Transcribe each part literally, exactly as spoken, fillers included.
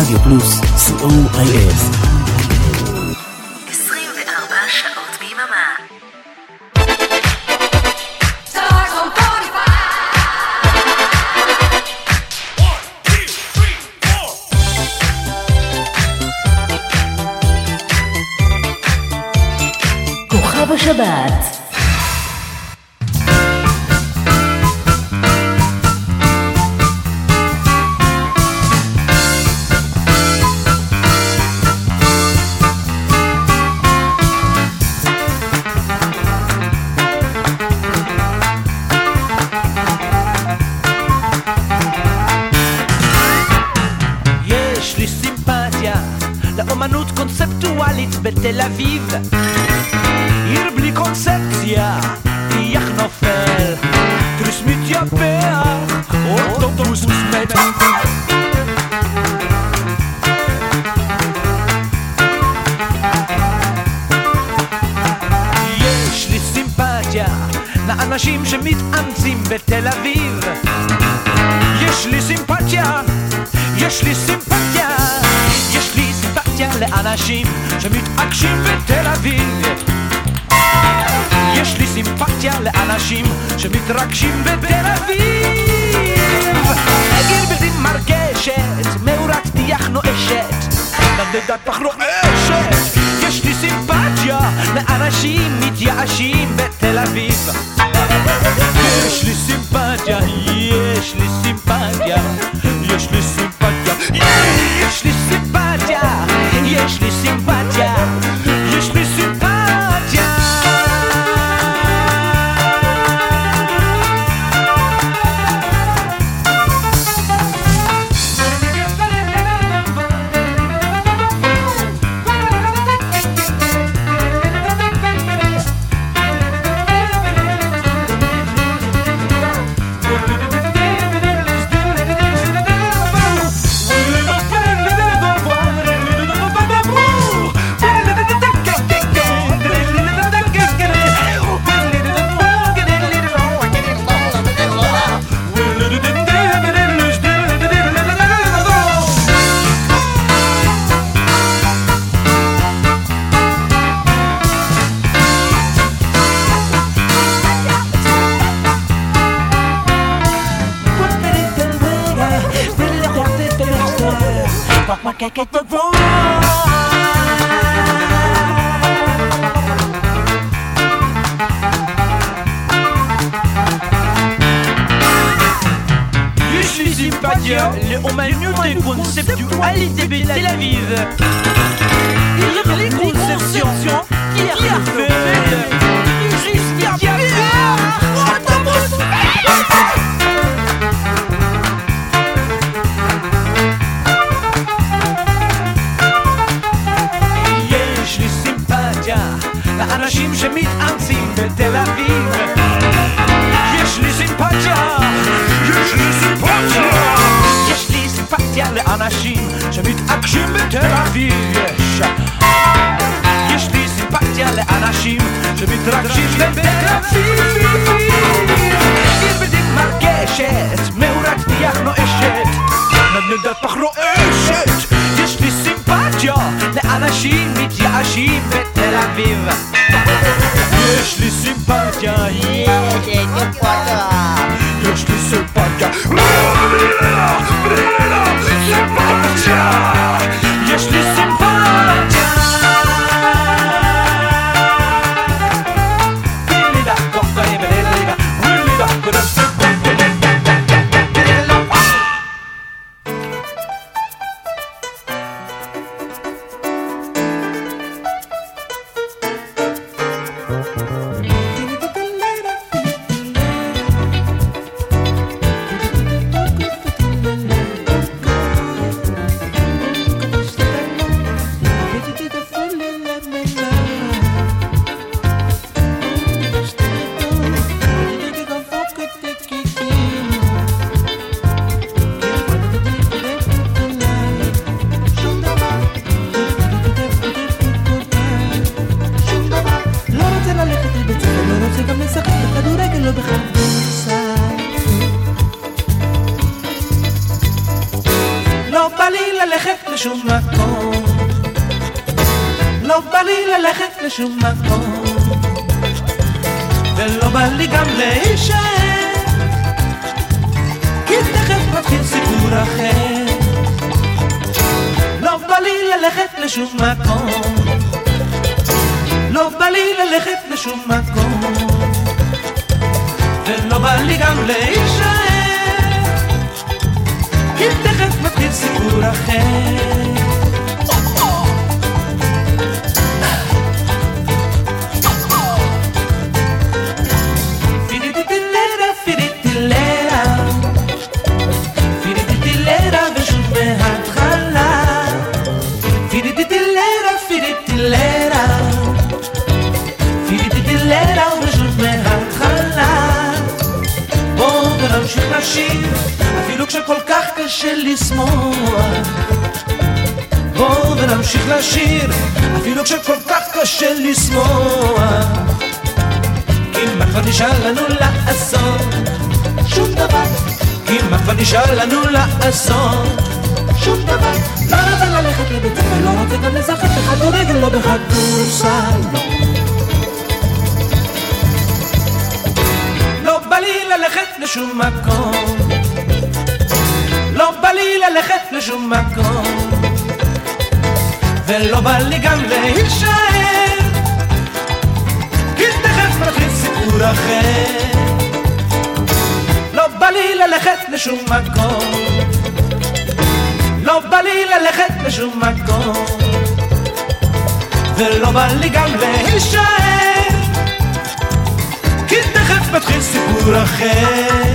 רדיו פלוס, סי או איי אס. עשרים וארבע שעות ביממה. כוכב השבת. אומנות קונספטואלית בתל אביב, עיר בלי קונספציה, טיח נופל, תריס מתייפח, אוטובוס מת. יש לי סימפתיה לאנשים שמתאמצים בתל אביב, יש לי סימפתיה, יש לי סימפתיה, יש לי סימפתיה לאנשים שמתעקשים בתל אביב, יש לי סימפתיה לאנשים שמתרגשים בתל אביב. עיר בלתי מרגשת, מאורת טיח נואשת, נדדת פח רועשת. יש לי סימפתיה לאנשים מתייאשים בתל אביב, יש לי סימפתיה, יש לי סימפתיה, יש לי סימפתיה, יש לי סימפתיה, יש לי סימפתיה, יש לי סימפתיה. יש לי סימפתיה לאומנות קונספטואלית בתל אביב, עיר בלי קונספציה, טיח נופל, תריס מתייפח, אוטובוס מת. יש לי סימפתיה לאנשים שמתאמצים בתל אביב, יש לי סימפתיה, יש לי סימפתיה, יש לי סימפתיה לאנשים שמתעקשים בתל אביב, יש יש לי סימפתיה לאנשים שמתרגשים בתל אביב, עיר בלתי מרגשת, מאורת טיח נואשת, נדנדת פח רועשת. יש לי סימפתיה לאנשים מתייאשים בתל אביב, יש לי סימפתיה, יש לי סימפתיה, יש לי סימפתיה, יש לי סימפתיה. לשום מקום, לא בא לי ללכת לשום מקום, ולא בא לי גם להישאר, כי תכף מתחיל סיפור אחר. לא בא לי ללכת לשום מקום, לא בא לי ללכת לשום מקום, ולא בא לי גם להישאר, כי תכף מתחיל סיפור אחר. לשיר, אפילו כשכל כך קשה לשמוח. בואו ונמשיך לשיר, אפילו כשכל כך קשה לשמוח. כמעט כבר נשאר לנו לעשות שום דבר, כמעט כבר נשאר לנו לעשות שום דבר. לא רוצה ללכת לבית ספר, לא רוצה גם לשחק בכדורגל, לא בכדורסל. לא בא לי ללכת לשום מקום, לא בא לי ללכת לשום מקום, ולא בא לי גם להישאר, כי תכף מתחיל סיפור אחר. לא בא לי ללכת לשום מקום, לא בא לי ללכת לשום מקום, ולא בא לי גם להישאר, כי תכף מתחיל סיפור אחר.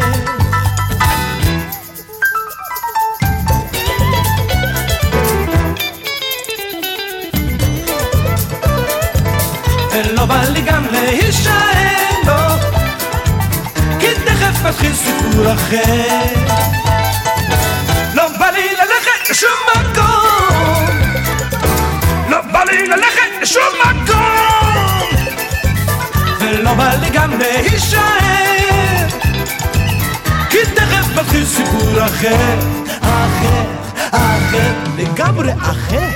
ולא בא לי גם להישאר, לא, כי תכף מתחיל סיפור אחר. לא בא לי ללכת לשום מקום, לא בא לי ללכת לשום מקום, ולא בא לי גם להישאר, כי תכף מתחיל סיפור אחר, אחר, אחר, לגמרי אחר.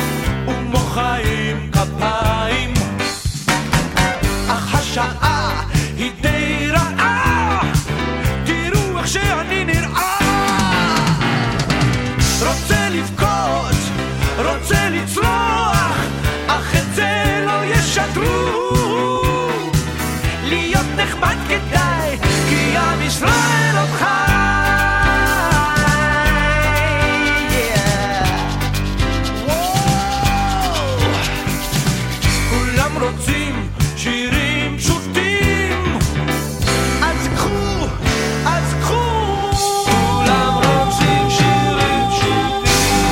ומוחאים כפיים, אך השעה נחמד כדאי, כי עם ישראל עוד חי. כולם רוצים שירים פשוטים, אז קחו, אז קחו. כולם רוצים שירים פשוטים.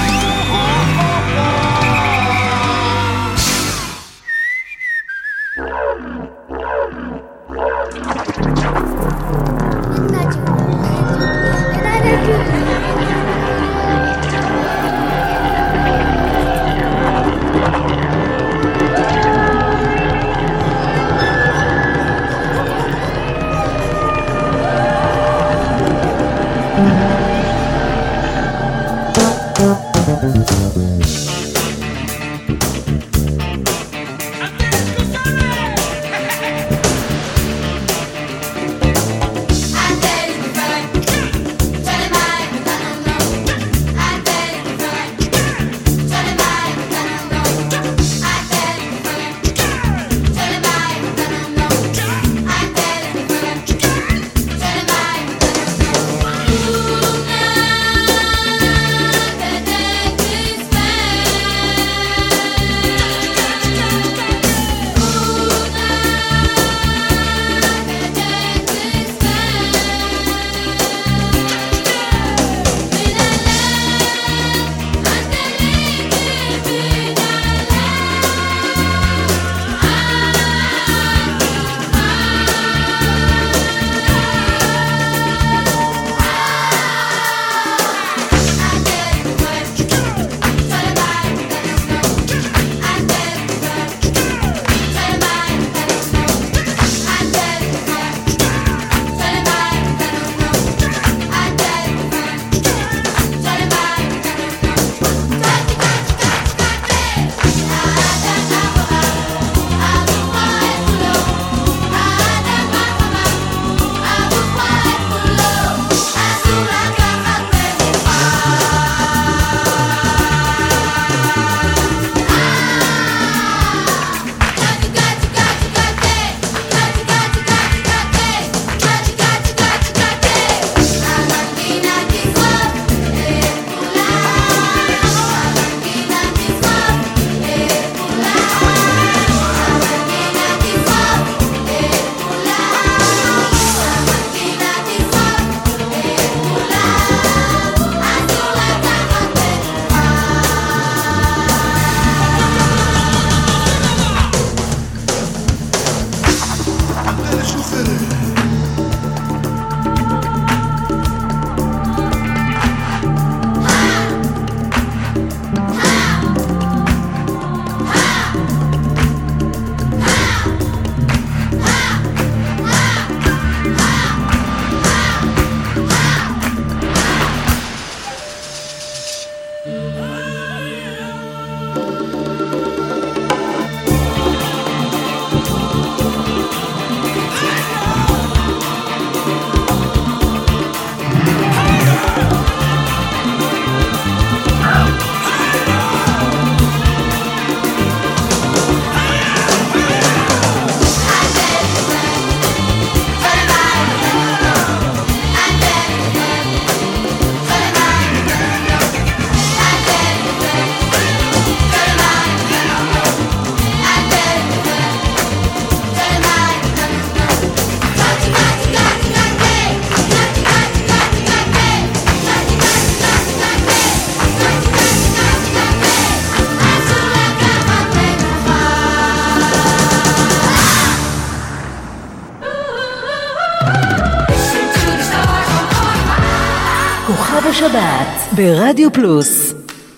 כוכב השבת ברדיו פלוס.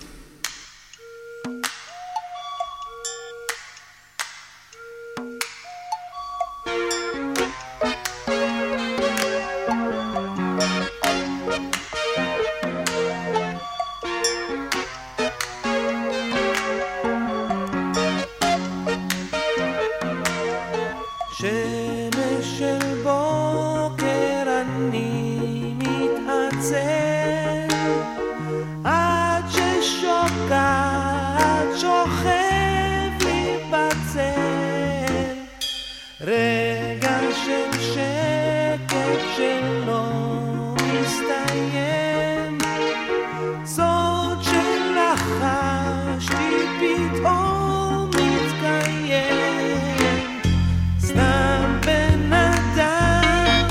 שמש של בוקר אני מתעצל עד רגע של שקט שלא מסתיים, זאת שלחשתי פתאום מתקיים. סתם בן אדם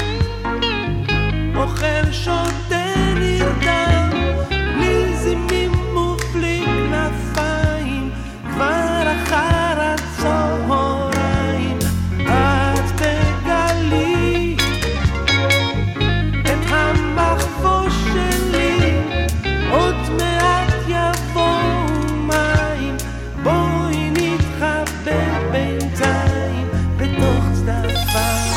אוכל שותה נרדם, בלי זימים ובלי כנפיים, כבר אחר הצהריים את תגלי את המחבוש שלי, עוד מעט יבואו מים, בואי נתחבא בינתיים בתוך צדפה.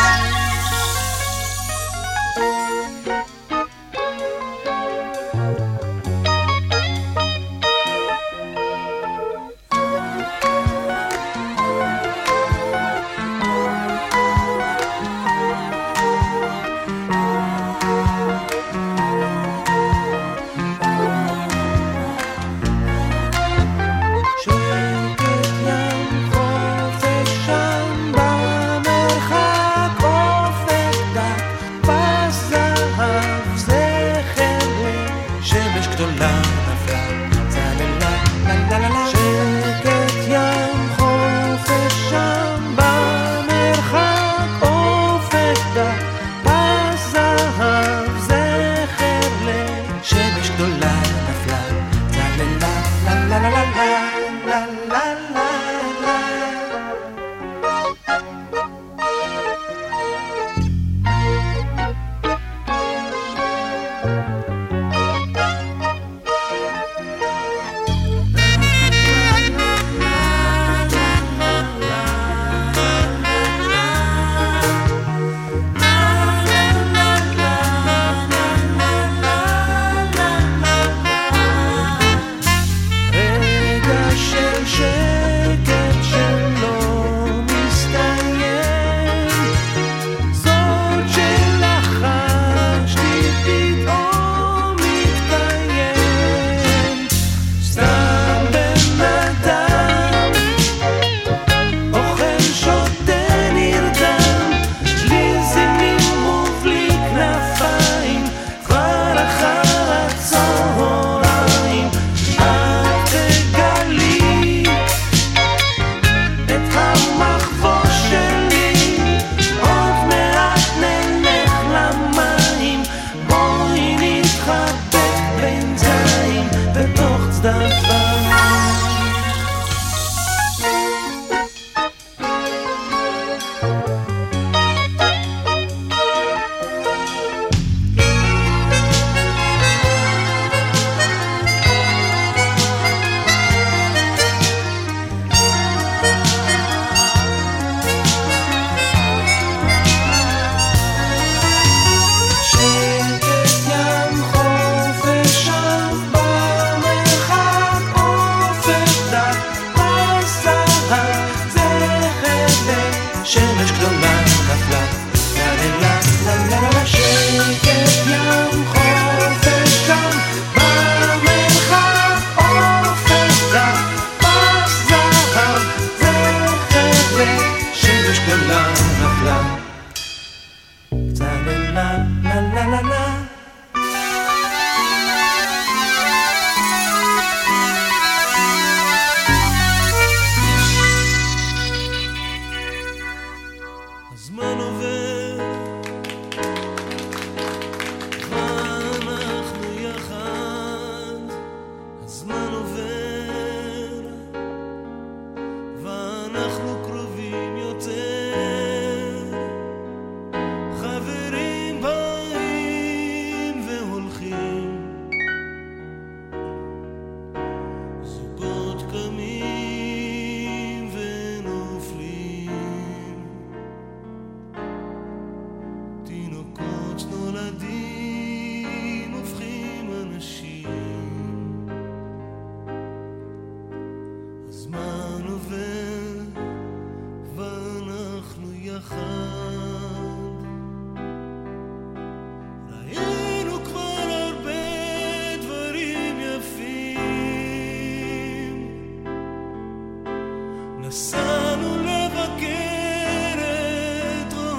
נסענו לבקר את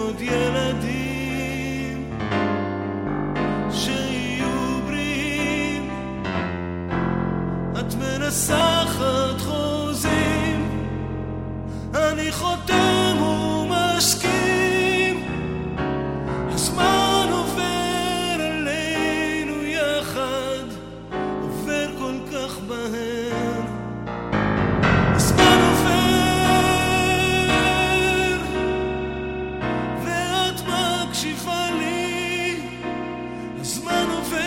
עוד ילדים שיהיו בריאים, את מנסחת חוזים, אני חותם ומשכים, הזמן עובר עלינו יחד, עובר כל כך מהר, הזמן עובר ואת מקשיבה לי, הזמן עובר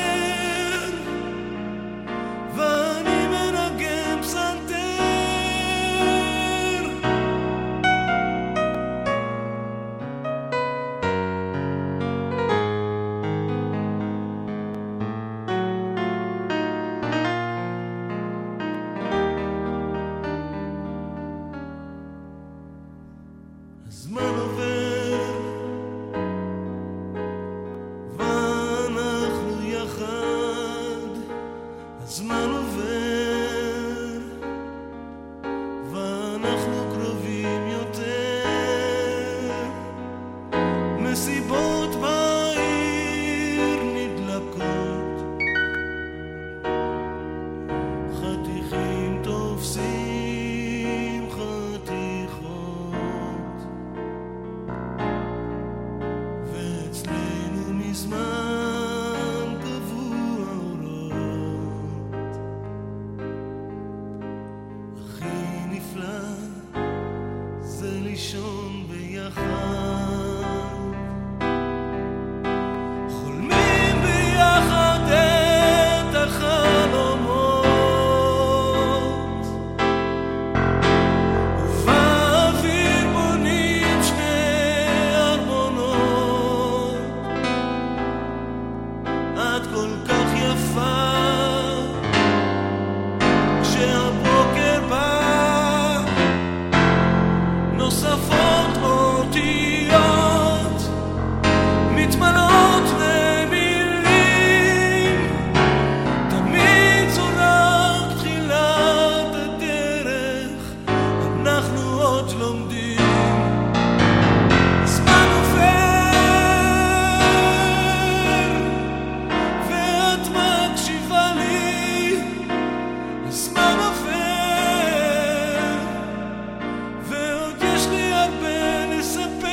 ואני מנגן פסנתר. הזמן עובר ואנחנו יחד, הזמן עובר ואנחנו קרובים יותר, מסיבות בעיר נדלקות, חתיכים תופסים חתיכות, ואצלנו מזמן קבוע אורות. הכי נפלא זה לישון ביחד, חולמים ביחד את החלומות, ובאוויר בונים שני ארמונות. את כל כך יפה כשהבוקר בא, נוספות אותיות מתמלאות למילים, תמיד זו רק תחילת הדרך, אנחנו עוד לומדים. הזמן עובר ואת מקשיבה לי, הזמן עובר ועוד יש לי הרבה לספר.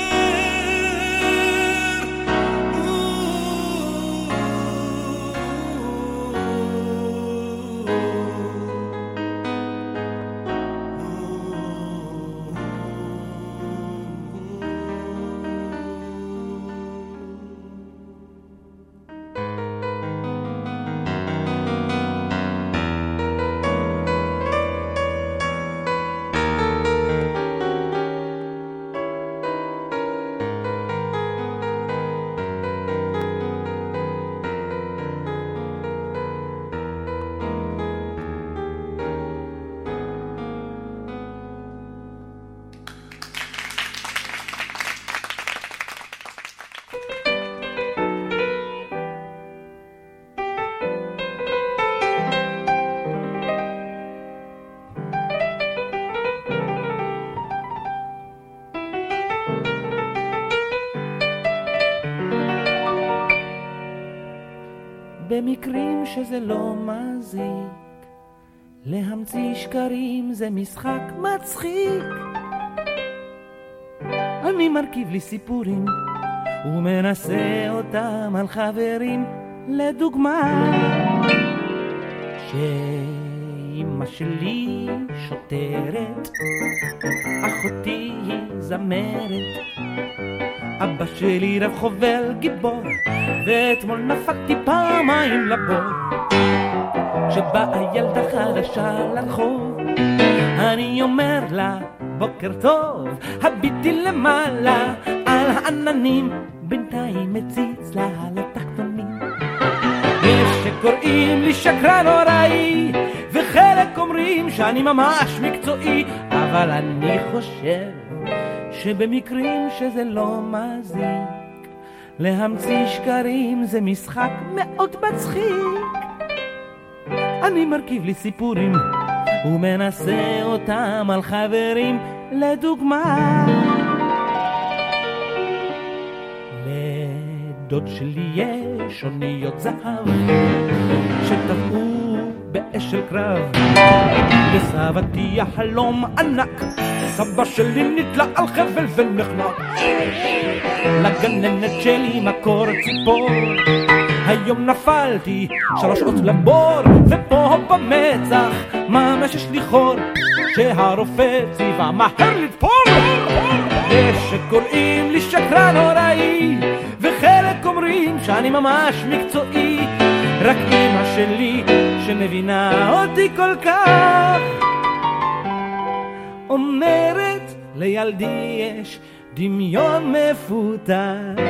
במקרים שזה לא מזיק, להמציא שקרים זה משחק מצחיק. אני מרכיב לי סיפורים ומנסה אותם על חברים, לדוגמה שאמא שלי שוטרת, אחותי היא זמרת, אבא שלי רב חובל גיבור, ואתמול נפקתי פעמיים לבור. שבאה ילדה חדשה לרחוב, אני אומר לה בוקר טוב, הביטי למעלה על העננים, בינתיים מציץ לה על התחתונים. יש שקוראים לי שקרן נוראי, וחלק אומרים שאני ממש מקצועי, אבל אני חושב שבמקרים שזה לא מזיק, להמציא שקרים זה משחק מאוד מצחיק. אני מרכיב לי סיפורים ומנסה אותם על חברים, לדוגמה לדוד שלי יש אוניות זהב שטבעו באש של קרב. לסבתי החלום ענק, סבא שלי נתלה על חבל ונחנק. לגננת שלי מקור ציפור, היום נפלתי שלוש שעות לבור. ופה במצח ממש יש לי חור, שהרופא ציווה מהר לתפור. יש שקוראים לי שקרן הוראי, וחלק אומרים שאני ממש מקצועי. רק אמא שלי שמבינה אותי כל כך אומרת לילדי יש דמיון מפותח.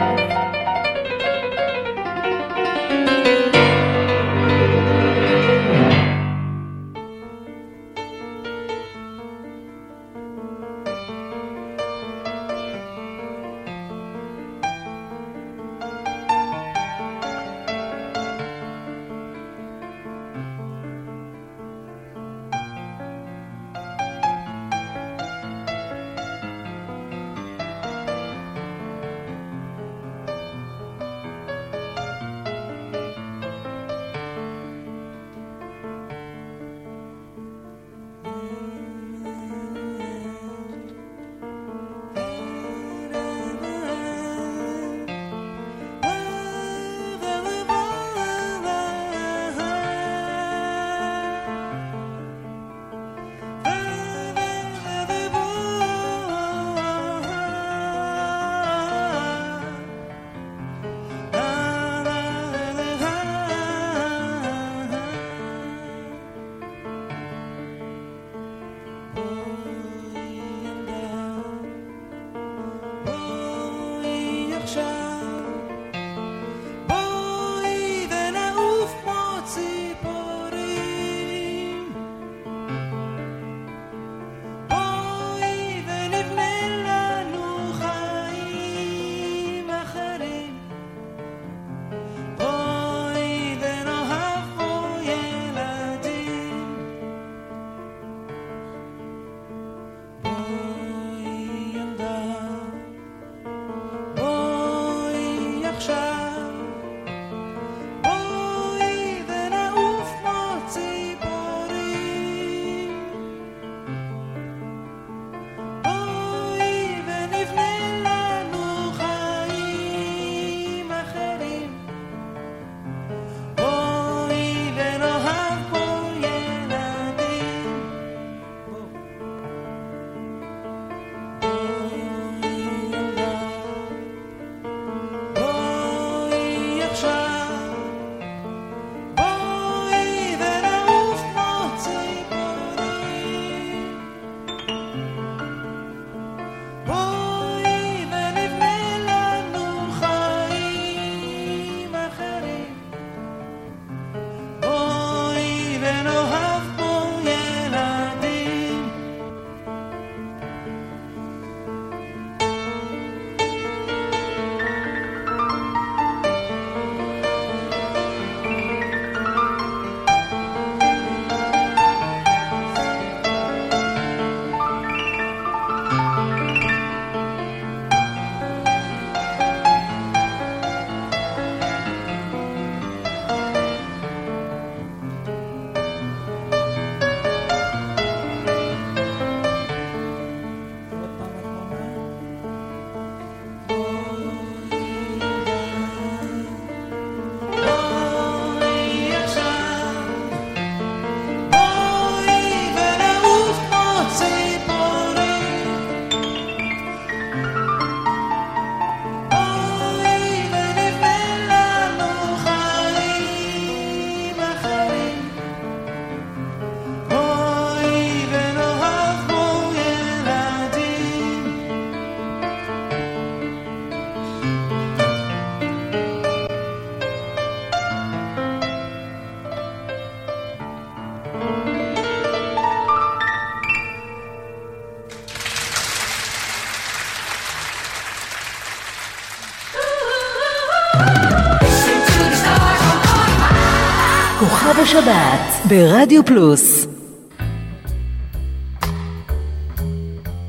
כוכב השבת ברדיו פלוס.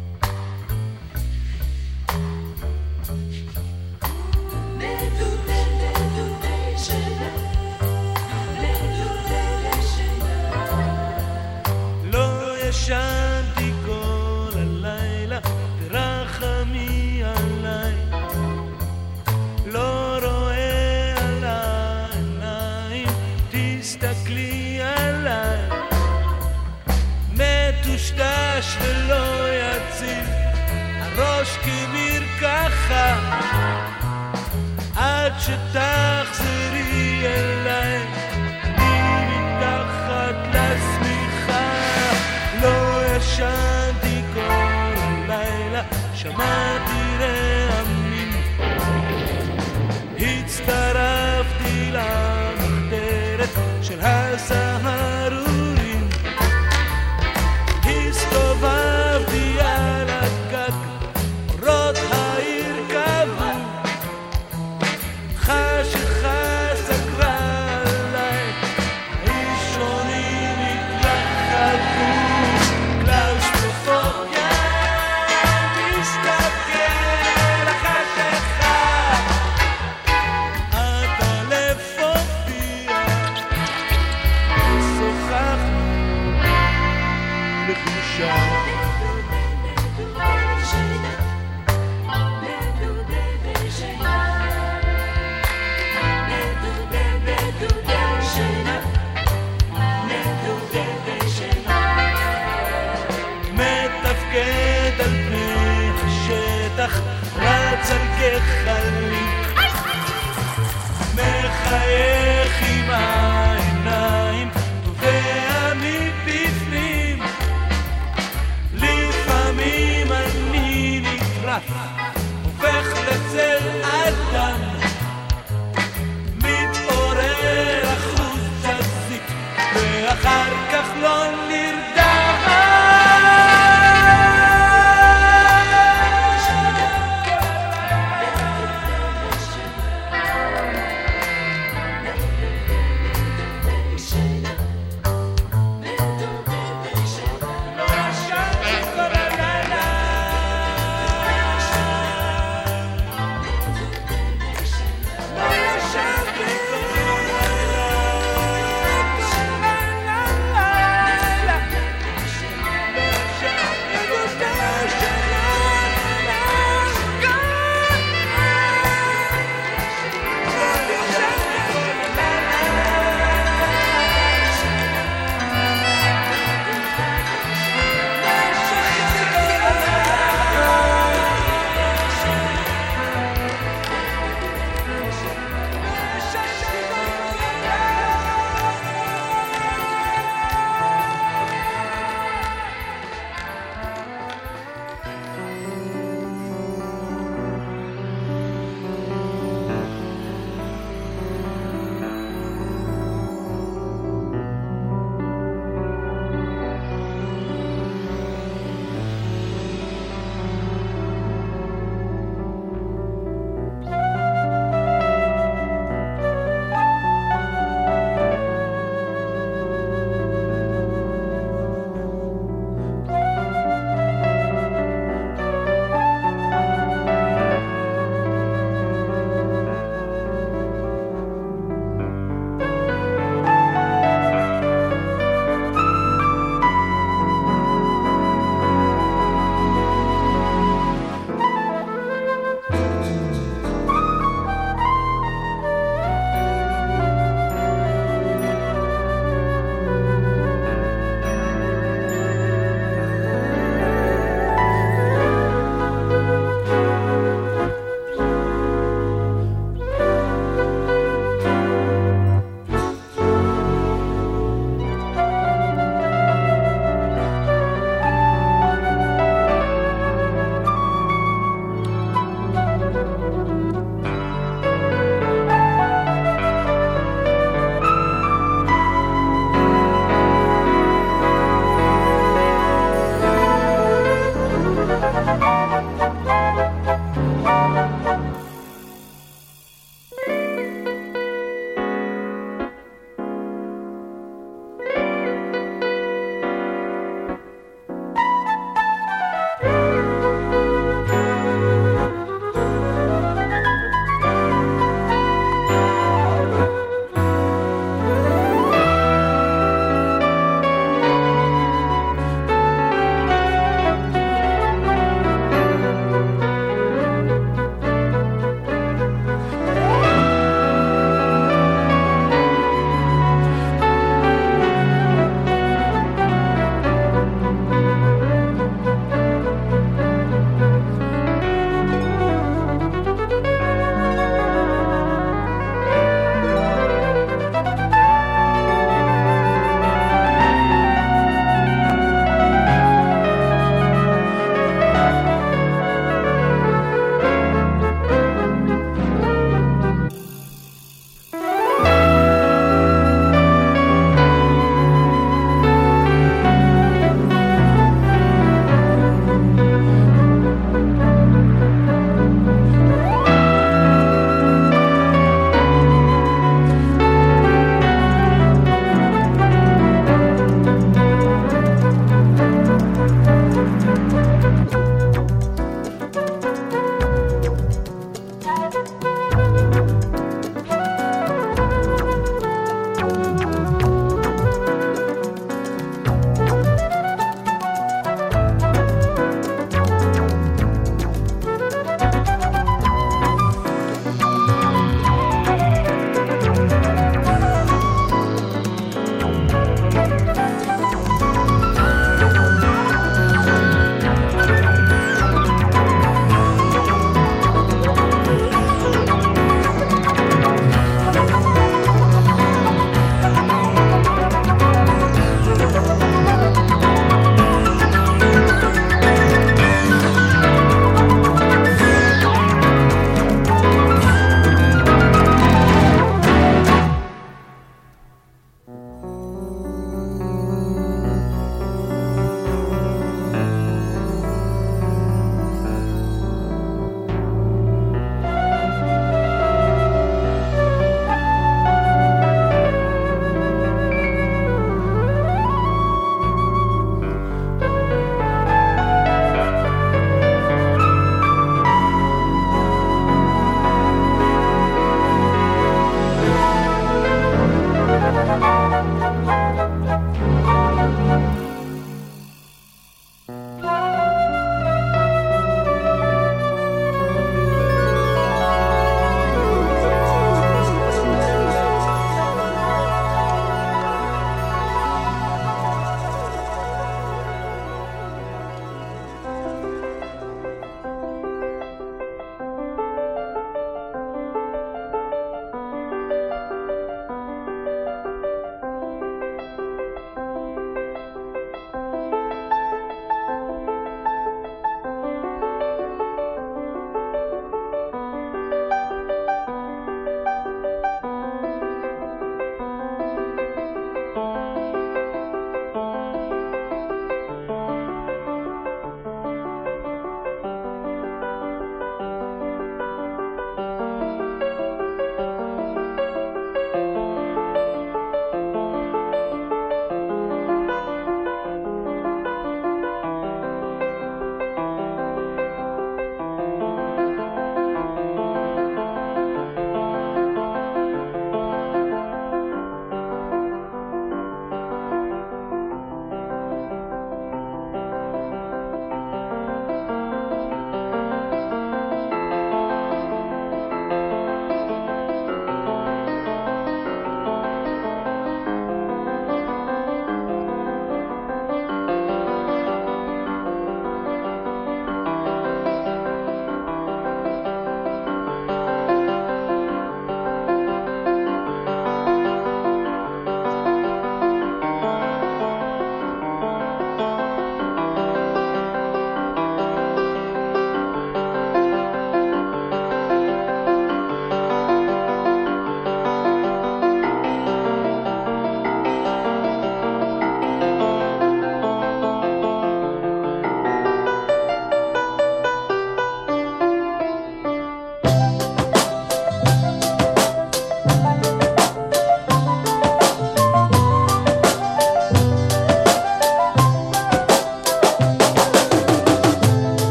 Medunne ראש כמרקחה עד שתחזרי אליי מתחת לשמיכה לא ישנתי כל הלילה שמעתי רעמים הצטרפתי למחתרת של הסהרורים הסתובבתי על הגג אורות העיר קבעו חשיכה סגרה עליי ראשונים התרחקו קלאוסטרופוביה מסתכל החשיכה את הלב פוביה שוחחנו לחושה מתפקד על פני השטח רץ על כחליק מחייך עם העיניים תובע מבפנים לפעמים אני נטרף הופך לצל אדם מתעורר אחוז הזיק ואחר כך לא נרדם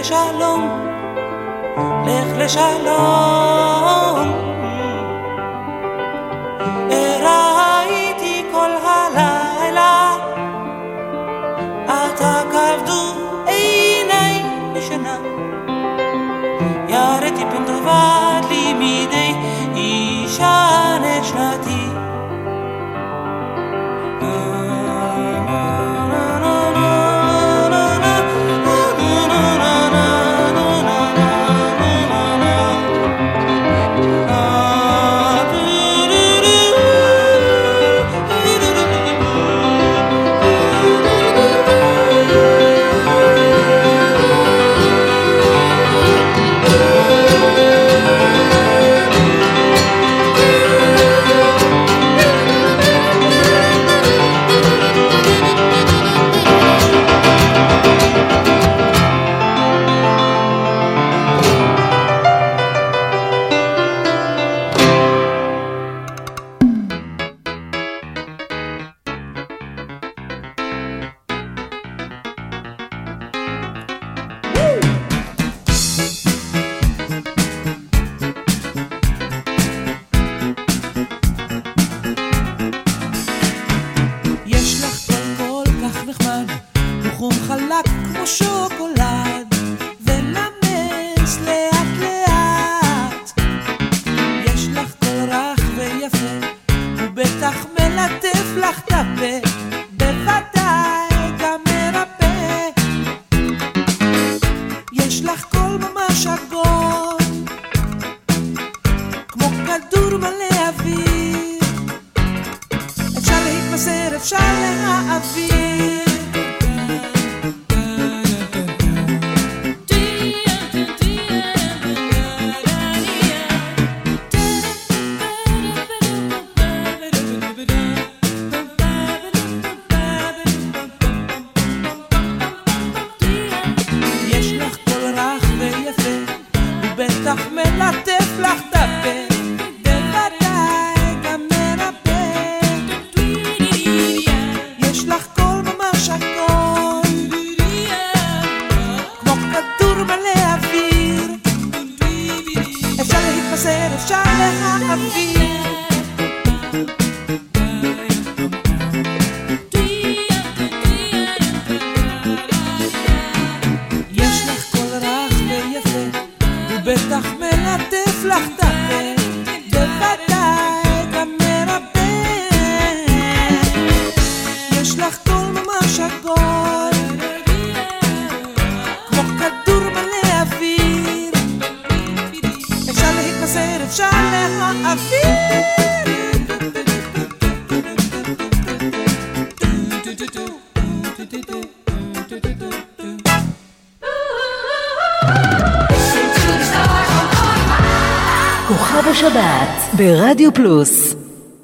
לשלום, לך לשלום. ראיתי כל הלילה, אתה כבדו עיניי משנה, ירדתי פן טובת לי מדי אישה נשנתי. כוכב השבת ברדיו פלוס.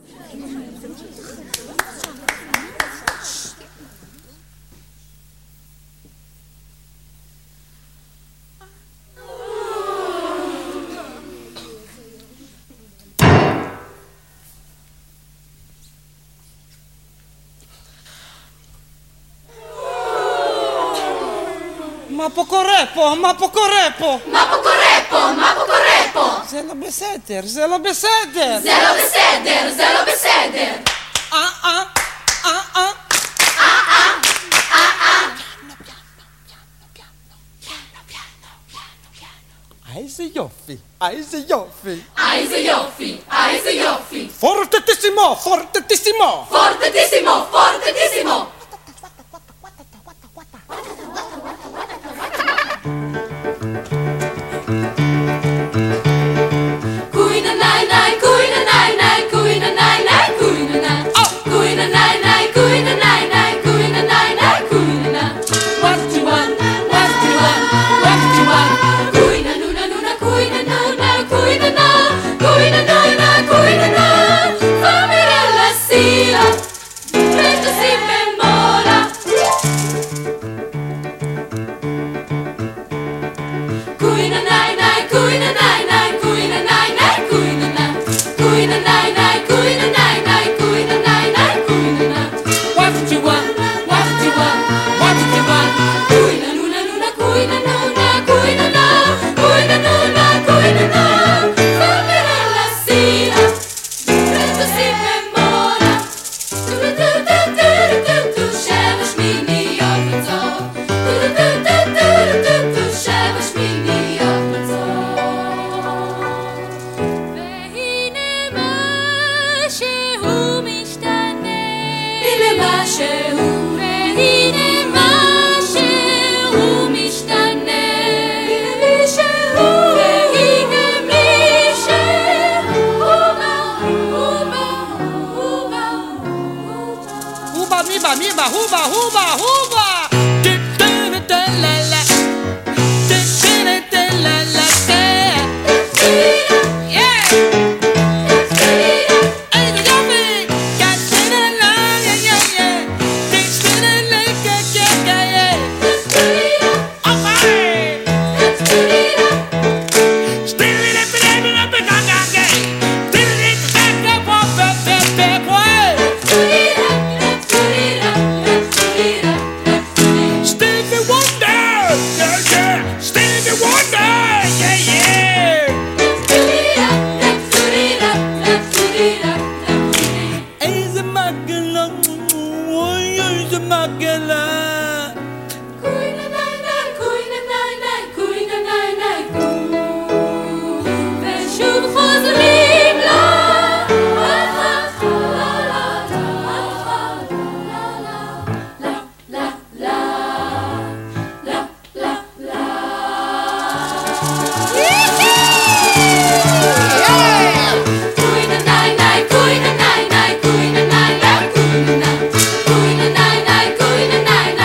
מה פה קורה פה? מה פה קורה פה? מה פה קורה פה? מה פה קורה פה? זה לא בסדר, זה לא בסדר. זה לא בסדר, זה לא בסדר. אה אה, אה אה. אה אה, אה אה. איזה יופי, איזה יופי. איזה יופי, איזה יופי. פורטטיסימו, פורטטיסימו. פורטטיסימו, פורטטיסימו. Fammi hooba, hooba, hooba. Du-du-du-du-la-la. Du-du-du-du-la-la. Yeah. Hey, the yummy. Got da-da-la, yeah, yeah, yeah. Du-du-du-la, yeah, yeah, yeah, yeah. All right. Nine, nine,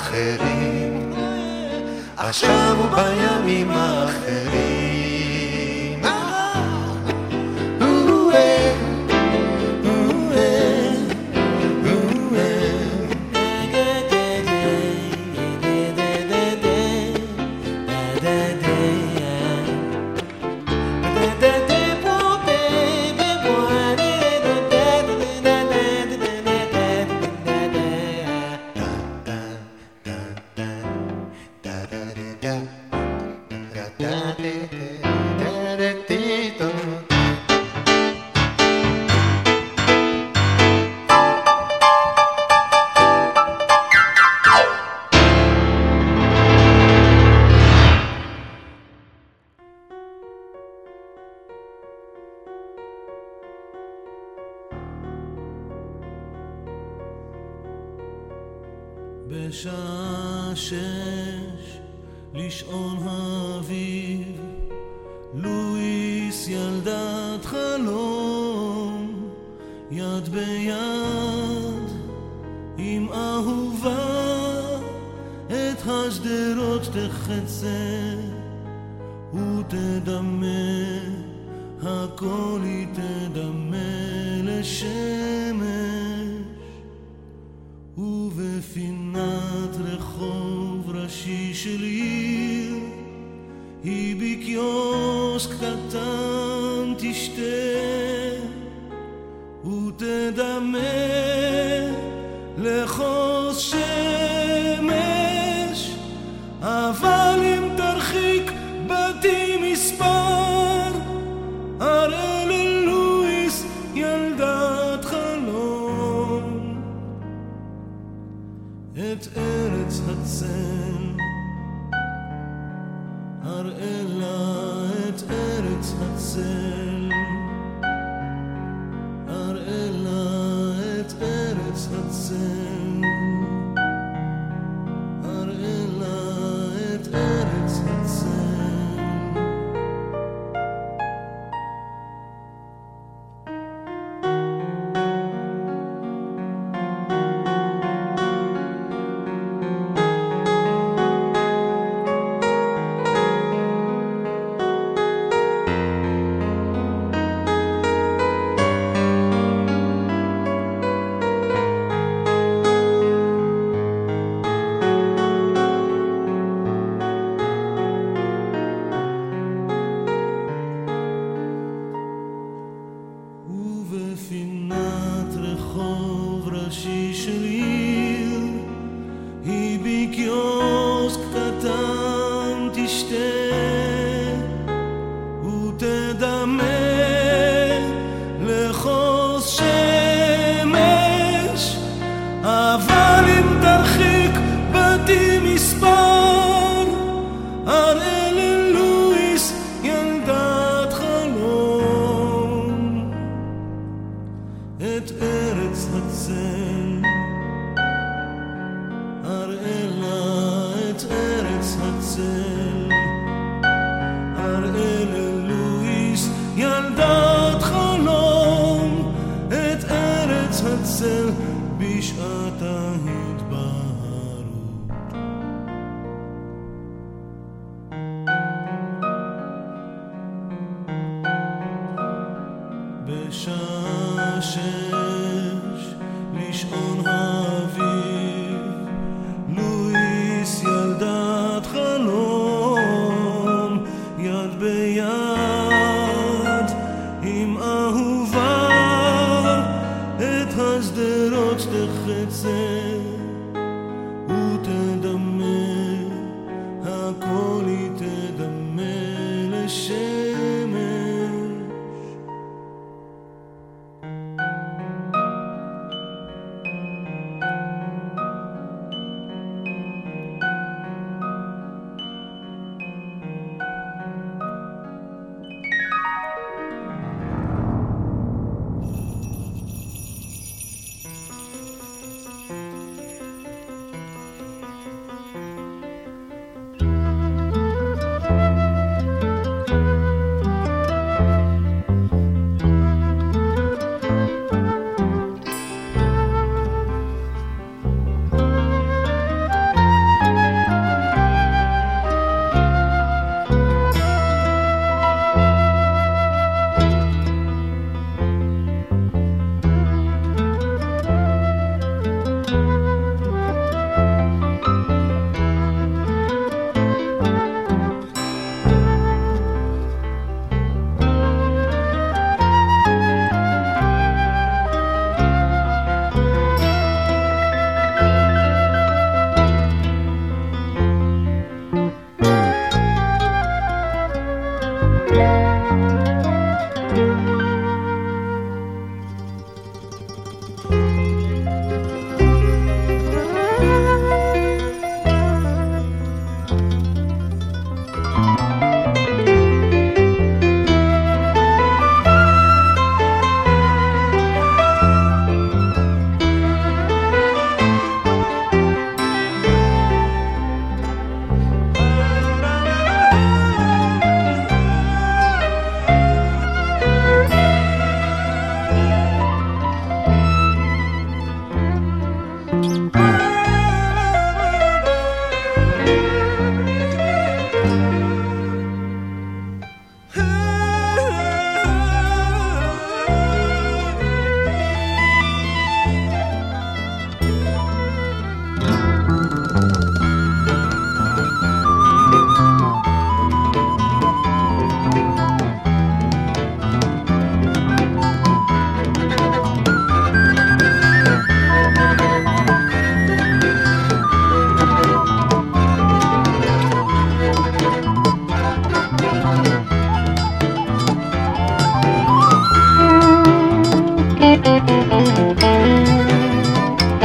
אחרים, עכשיו ובימים האחרים. בשעה שש לשעון האביב, לואיס ילדת חלום, יד ביד עם אהובה, את השדרות תחצה ותדמה, הכל היא תדמה לשמש, ובפינת רחוב ראשי של עיר, היא בקיוסק קטן תשתה ותדמה לחוס שמש, אבל אם תרחיק בתים מספר, הראה ללואיס ילדת חלום, את ארץ הצל, הראה לה את ארץ הצל, הראה לה את ארץ הצל, הראה לה את ארץ הצל.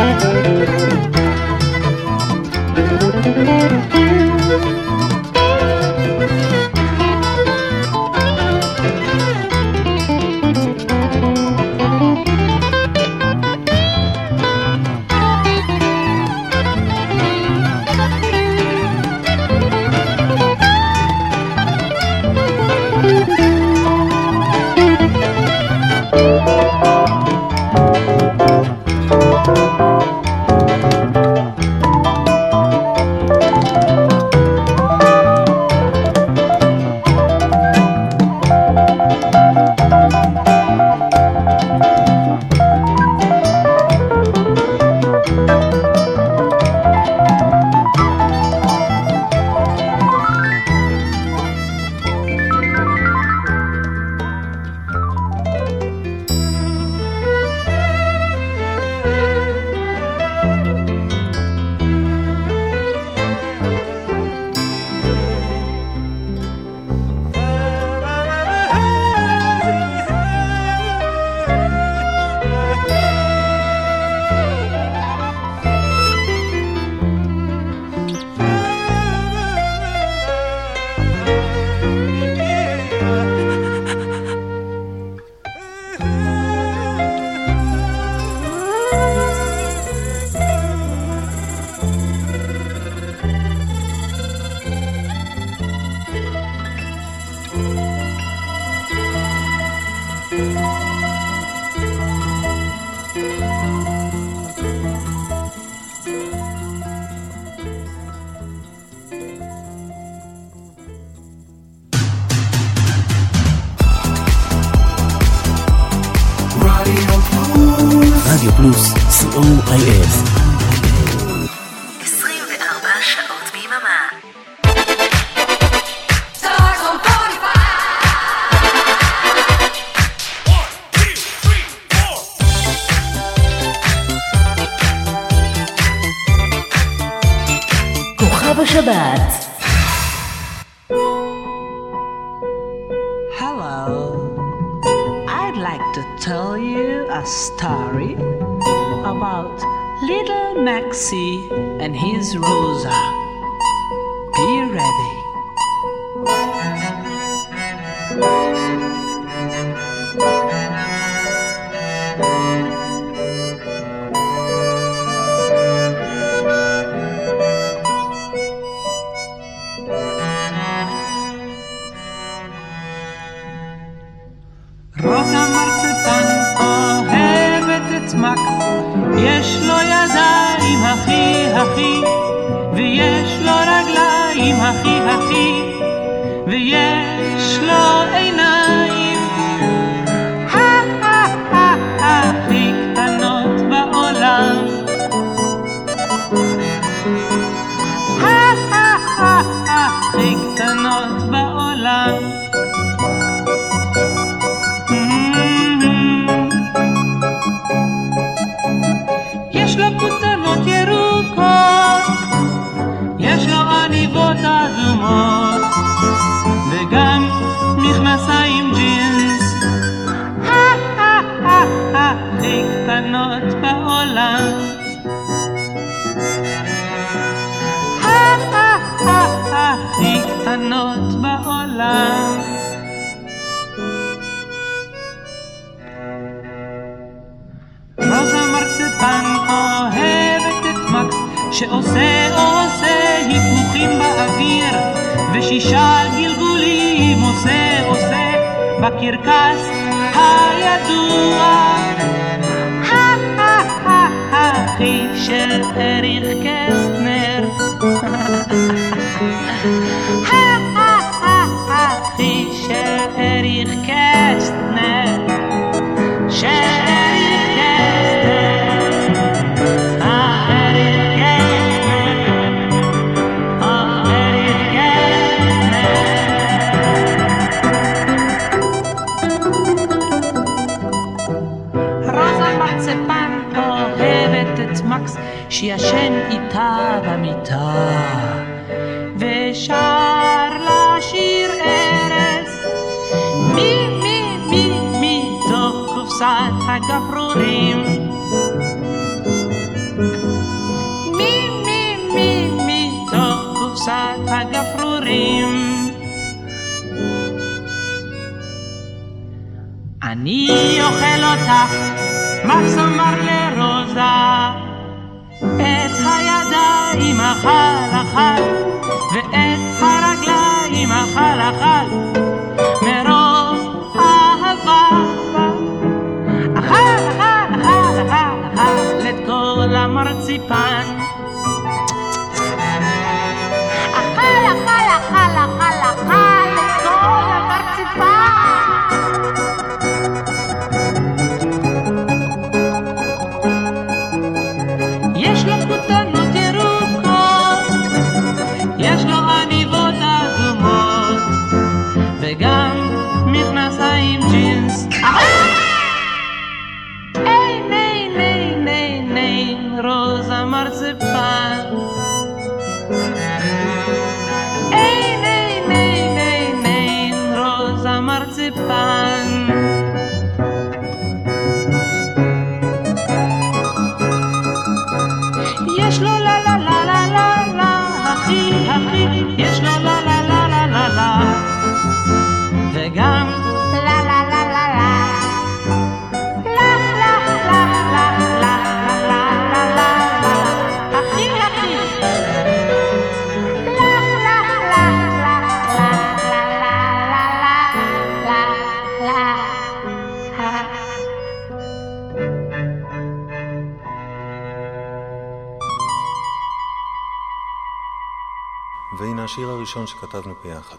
רדיו פלוס, סי או איי אס. עשרים וארבע שעות ביממה. כוכב השבת. Tell you a story about little Maxie and his Rosa. Be ready. Rosa מרצפן אוהבת את מקס, יש לו ידיים הכי הכי, ויש לו רגליים הכי הכי, ויש לו עיניים הכי קטנות בעולם, הכי קטנות בעולם. יש לו כותנות ירוקות, יש לו עניבות אדומות, וגם מכנסיים ג'ינס הכי קטנות בעולם, הכי קטנות בעולם. רוזה מרצפן אוהבת את מקס, שעושה עושה היפוכים באוויר, ושישה גלגולים עושה עושה בקרקס הידוע הכי של אריך קסטנר, הכי של אריך קסטנר, של מקס שישן איתה במיטה ושר לשיר ארץ מי מי מי מי תוך קופסת הגפרורים. אני אוכל אותך, מקס אמר לרוזה, את הידיים אכל אכל, ואת הרגליים אכל אכל, מרוב אהבה. אכל אכל אכל אכל אכל את כל המרציפן. אכל אכל אכל אכל אכל את כל המרציפן. יש לו כותנות ירוקות, יש לו עניבות אדומות, וגם מכנסיים ג'ינס. אין אין אין אין אין רוזה מרציפן. אין אין אין אין אין רוזה מרציפן. יש לו לה לה לה לה לה לה, הכי הכי, יש לו לה לה לה לה לה לה, וגם לה לה לה לה לה, לה לה לה לה לה לה לה לה, הכי הכי, לה לה לה לה לה לה לה לה לה. והנה השיר הראשון שכתבנו ביחד.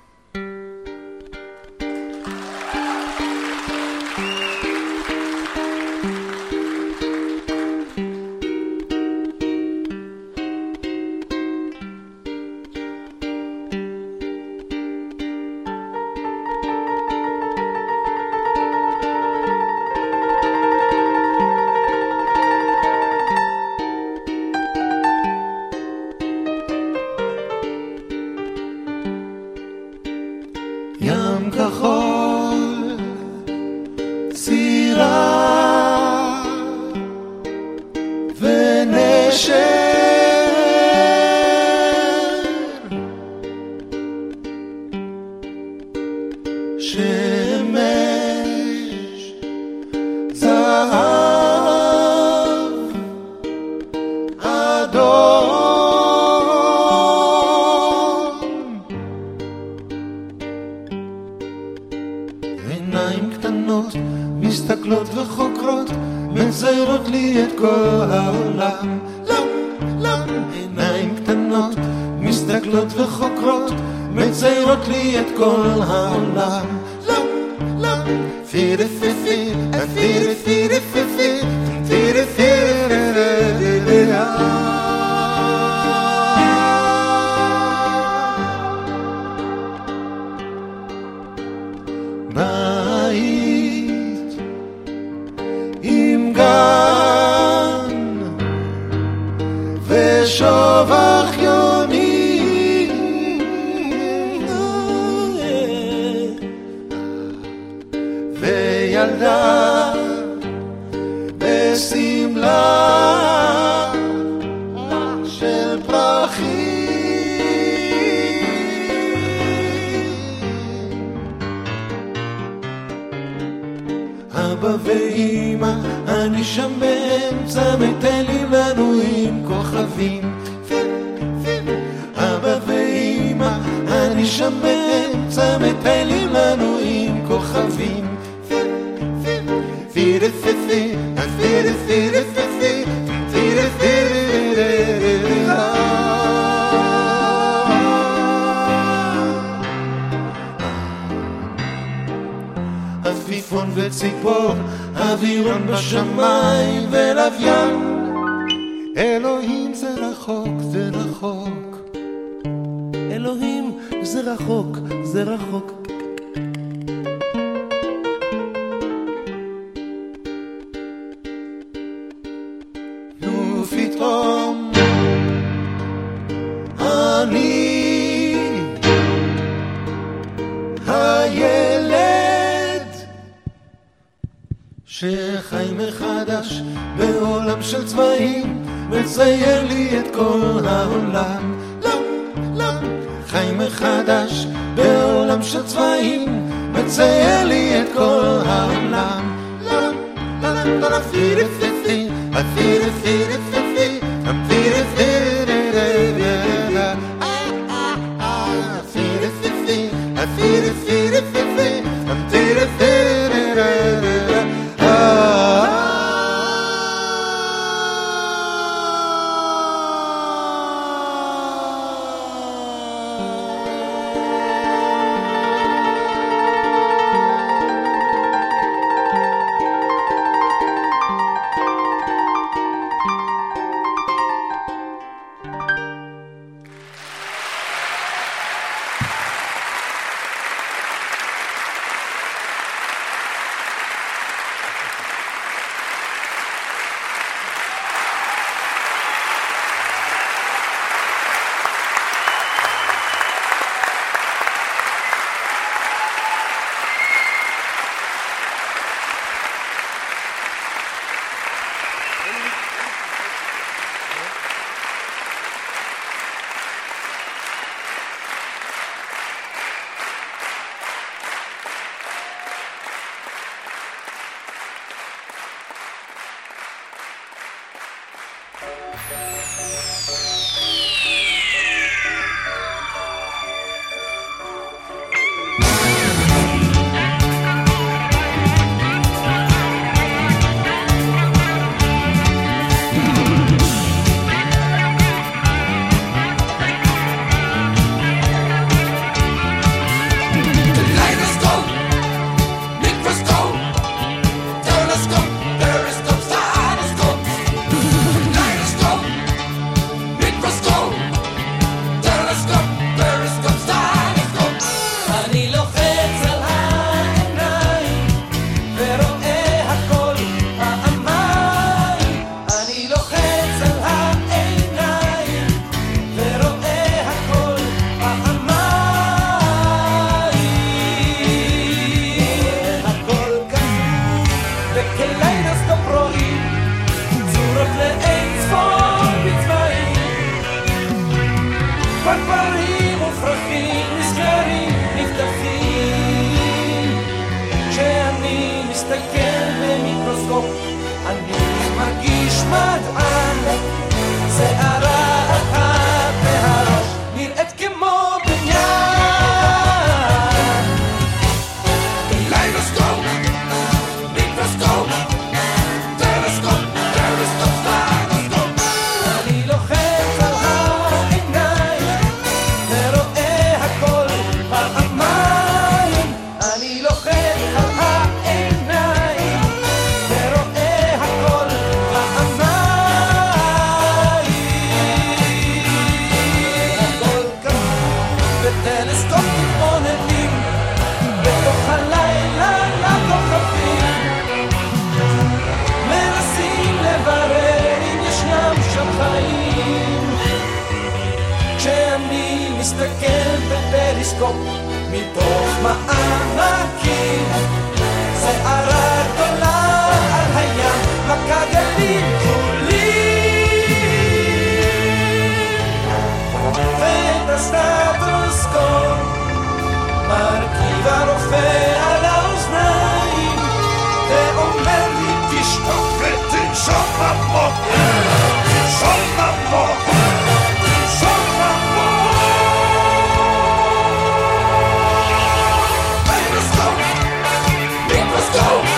עפיפון וציפור, אווירון בשמיים ולוויין. אלוהים זה רחוק, זה רחוק. אלוהים זה רחוק, זה רחוק. ופתאום אני הילד שחי מחדש בעולם של צבעים, מצייר לי את כל העולם. לא, לא, חי מחדש בעולם של צבעים, מצייר לי את כל העולם. Go!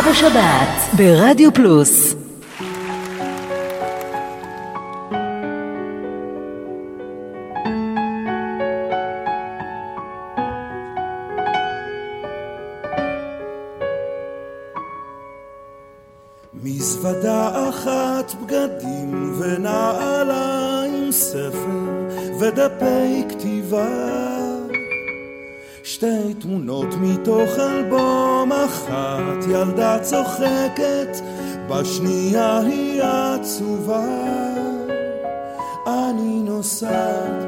סוף השבת ברדיו פלוס. מזוודה אחת בגדים ונעליים, ספר ודפי כתיבה, שתי תמונות מתוך אלבום, אחת ילדה צוחקת, בשנייה היא עצובה. אני נוסעת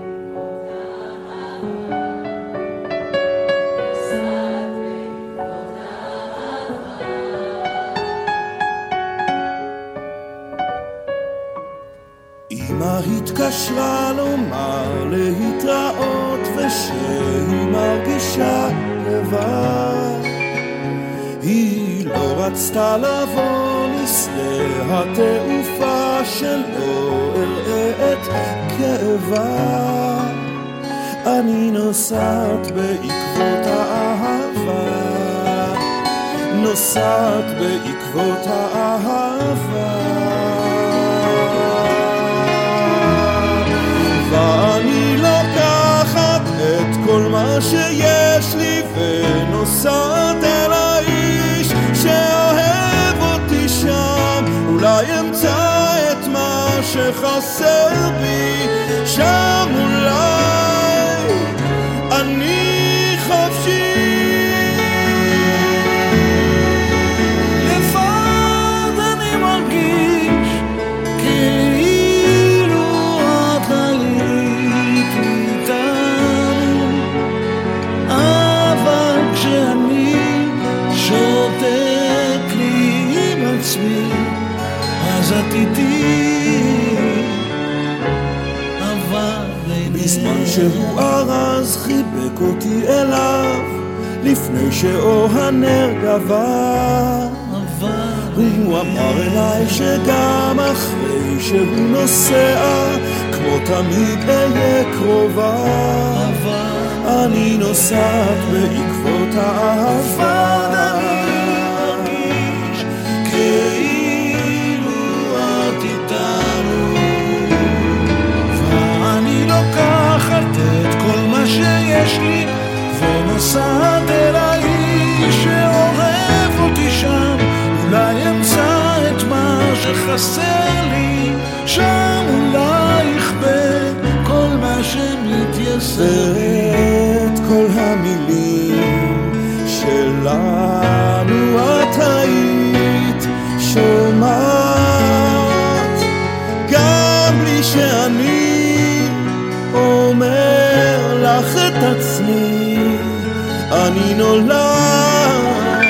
אמא התקשרה לומר להתראות ושהיא מרגישה לבד. היא לא רצתה לבוא לשדה התעופה שלא אראה את כאבה. אני נוסעת בעקבות האהבה, נוסעת בעקבות האהבה. ואני לוקחת את כל מה שיש לי ונוסעת אל האיש שאוהב אותי שם. אולי אמצא את מה שחסר בי שם, אולי אני חופשי. לבד אני מרגיש כאילו את היית איתנו, אבל כשאני שותק לי עם עצמי אז את איתי. אבל בזמן שהוא ארז חיבק אותי אליו, לפני שאור הנר גבר, הוא אמר אליי שגם אחרי שהוא נוסע כמו תמיד אהיה קרובה. אני נוסעת בעקבות האהבה, מרגיש כאילו את איתנו, ואני לוקחת את כל מה שיש לי ונוסעת אל האיש שאוהב אותי שם. אולי אמצא את מה שחסר לי שם, אולי אכבה כל מה שמתייסר לי. את כל המילים שלנו את היית שומעת, גם בלי שאני אומר לך את עצמי. אני נולד,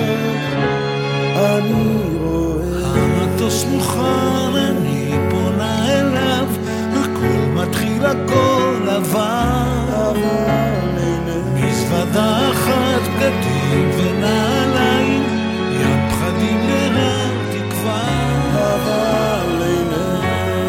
אני רואה. המטוס מוכן, אני פונה אליו, הכל מתחיל, הכל לבן. מזוודה אחת, בגדים ונעליים, ים פחדים להר תקווה. אבל אינך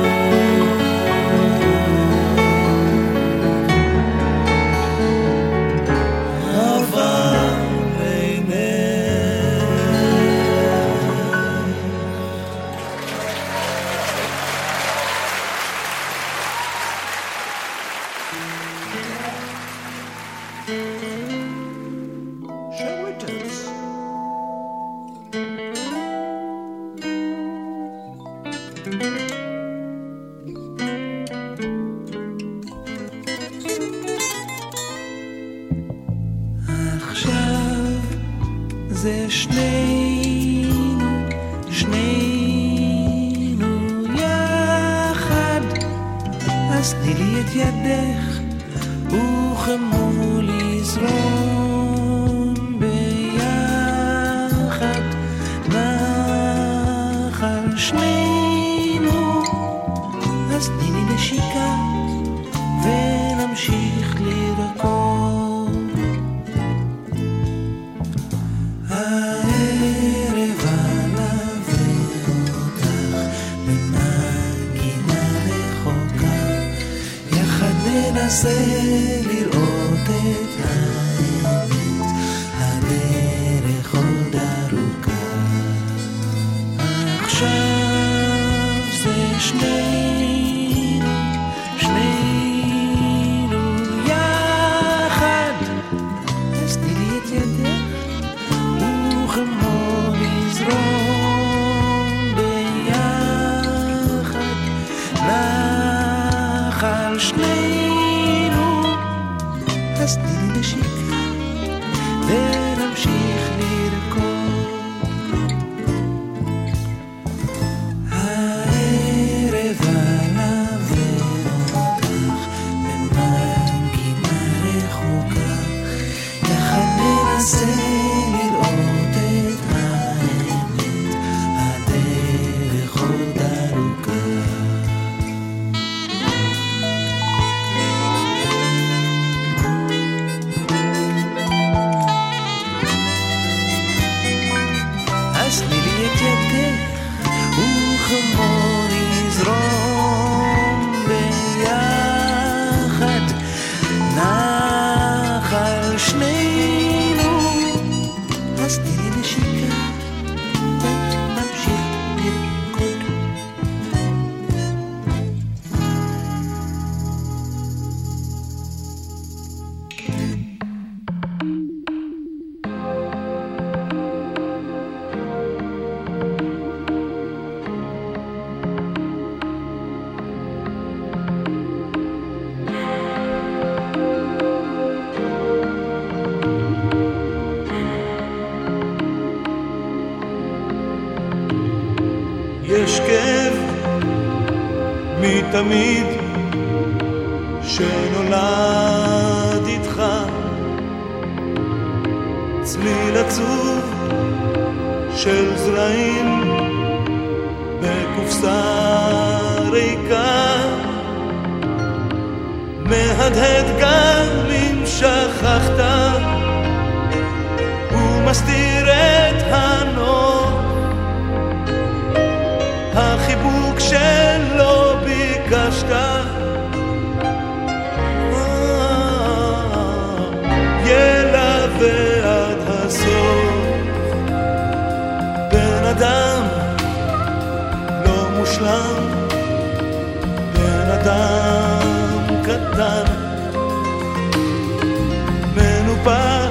זה שנינו, שנינו יחד, אז תני לי את ידך וכמו לזרום ביחד נחל שנינו, אז תני לי נשיקה ונמשיך לרקוד. ננסה לראות את האמת, הדרך עוד ארוכה. על שנינו, אז תני לי נשיקה ונמשיך לרקוד. הערב הלבן אותך במנגינה רחוקה, יחד ננסה לראות את האמת, הדרך עוד ארוכה. אז תני לי את ידך וכמו נזרום ביחד, נחל שנינו, אז תני לי נשיקה ונמשיך לרקוד. יש כאב מתמיד שנולד איתך, צליל עצוב של זרעים בקופסה ריקה, מהדהד גם אם שכחת ומסתיר את הנור, החיבוק שלא ביקשת ילווה עד הסוף. בן אדם לא מושלם, בן אדם קטן מנופח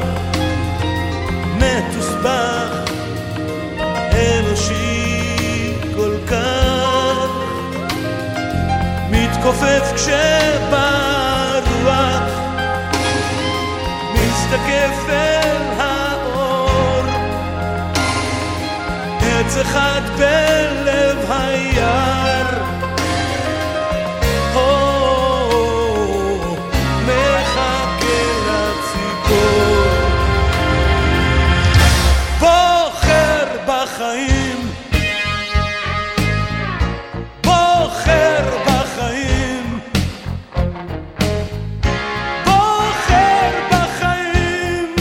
מתוסבך אנושי כל כך, מתכופף כשבא רוח, מסתקף אל האור, עץ אחד בלב היער, או, מחכה לציפור, בוחר בחיים, בוחר בחיים, בוחר בחיים,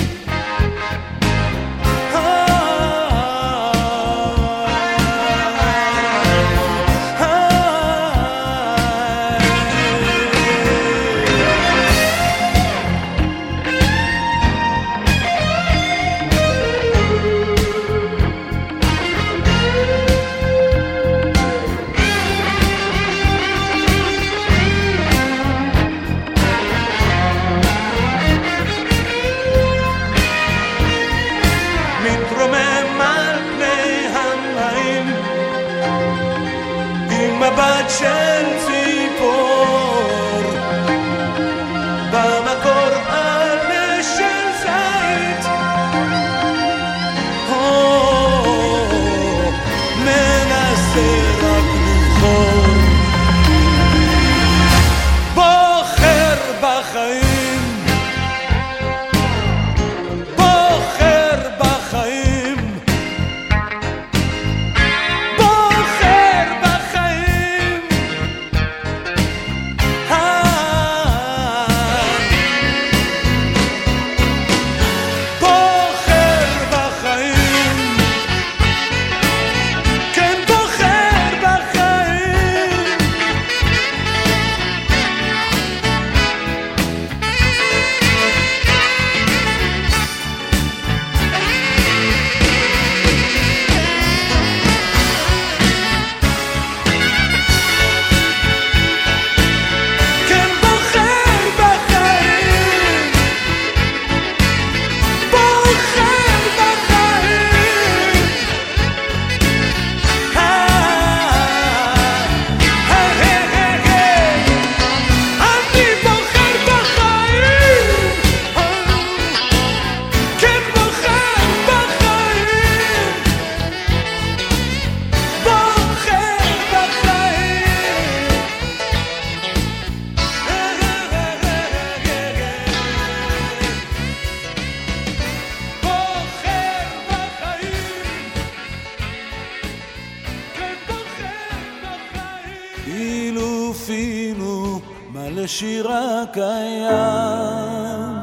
לשירה קיים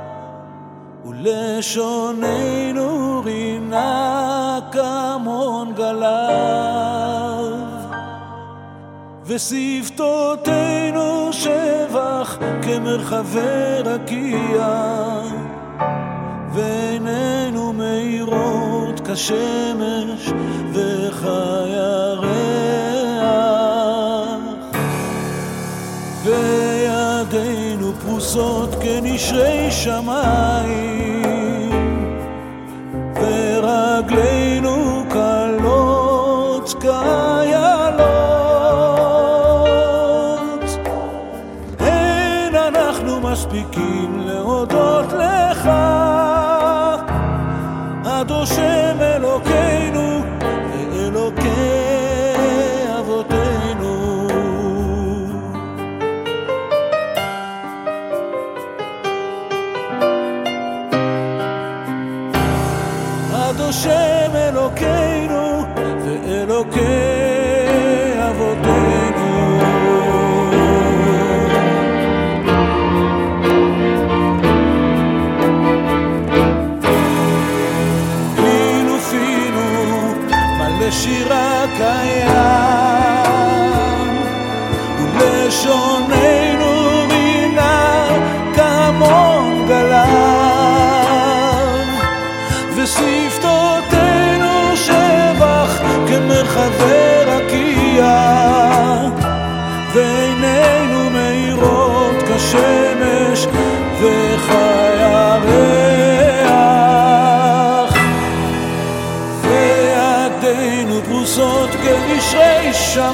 ולשוננו רינה כמון גליו ושפתותינו שבח כמרחבי רקיע ועינינו מאירות כשמש וכירח וידינו פרוסות כנשרי שמיים ורגלינו קלות כילות אין אנחנו מספיקים להודות לך עד השם אלוקינו ואלוקי אבותינו עד השם אלוקינו ואלוקי אבותינו שירה קיים ולשוננו רינה כמון גליו ושפתותינו שבח כמרחבי רקיע ועינינו מאירות כשמש וכירח פרוסות כנשרי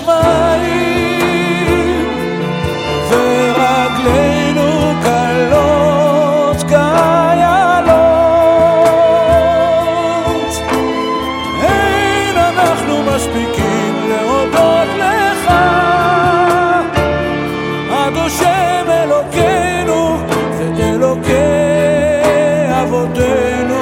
שמיים ורגלינו קלות כילות אין אנחנו מספיקים להודות לך עד השם אלוקינו ואלוקי אבותינו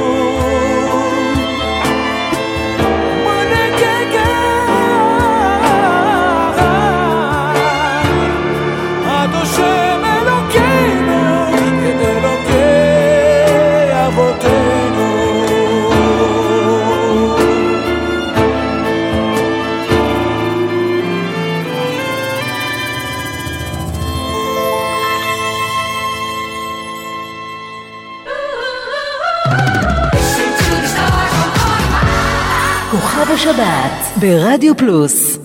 כוכב השבת ברדיו פלוס.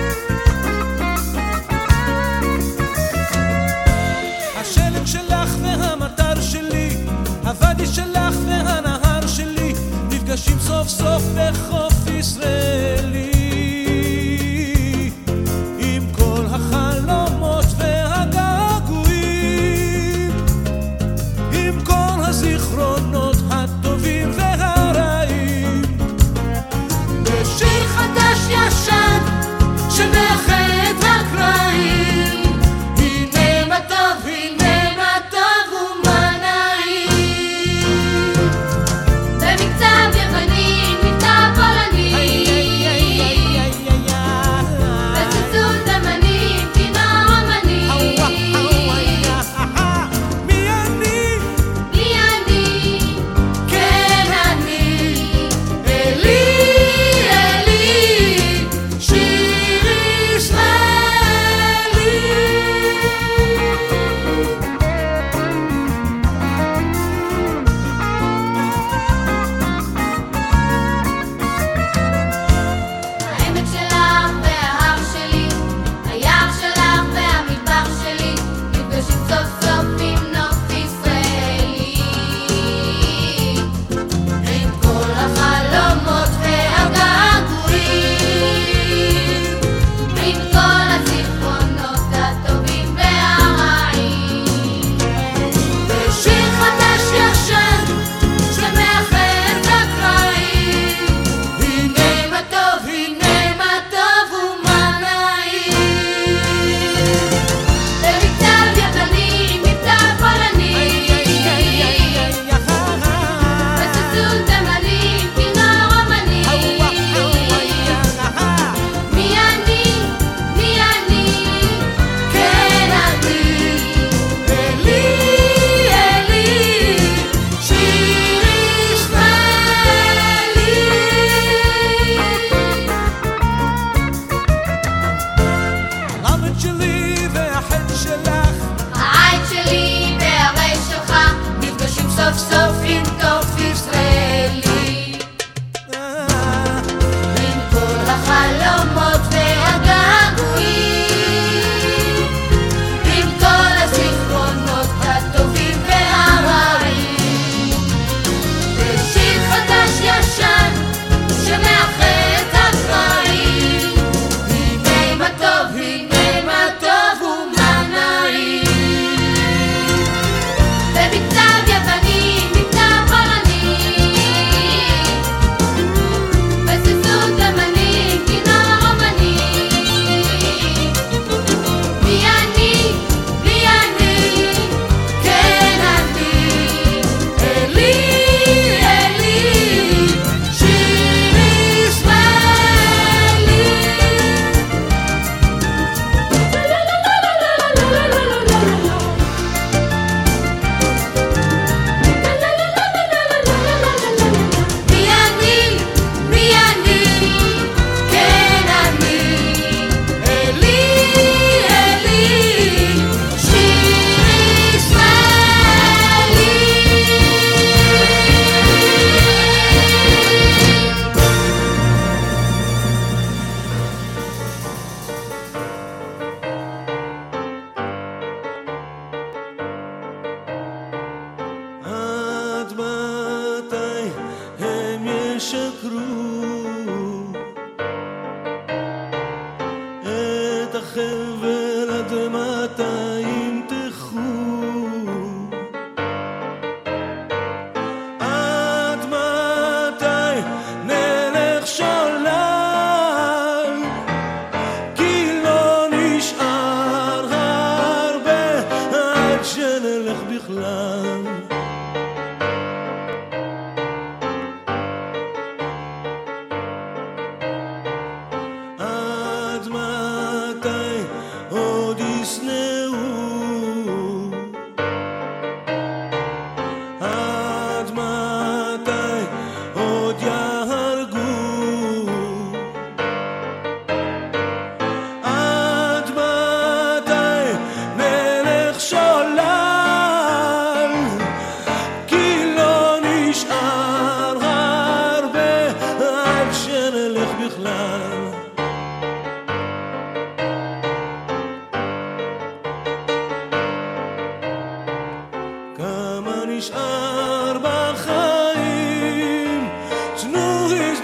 השלג שלך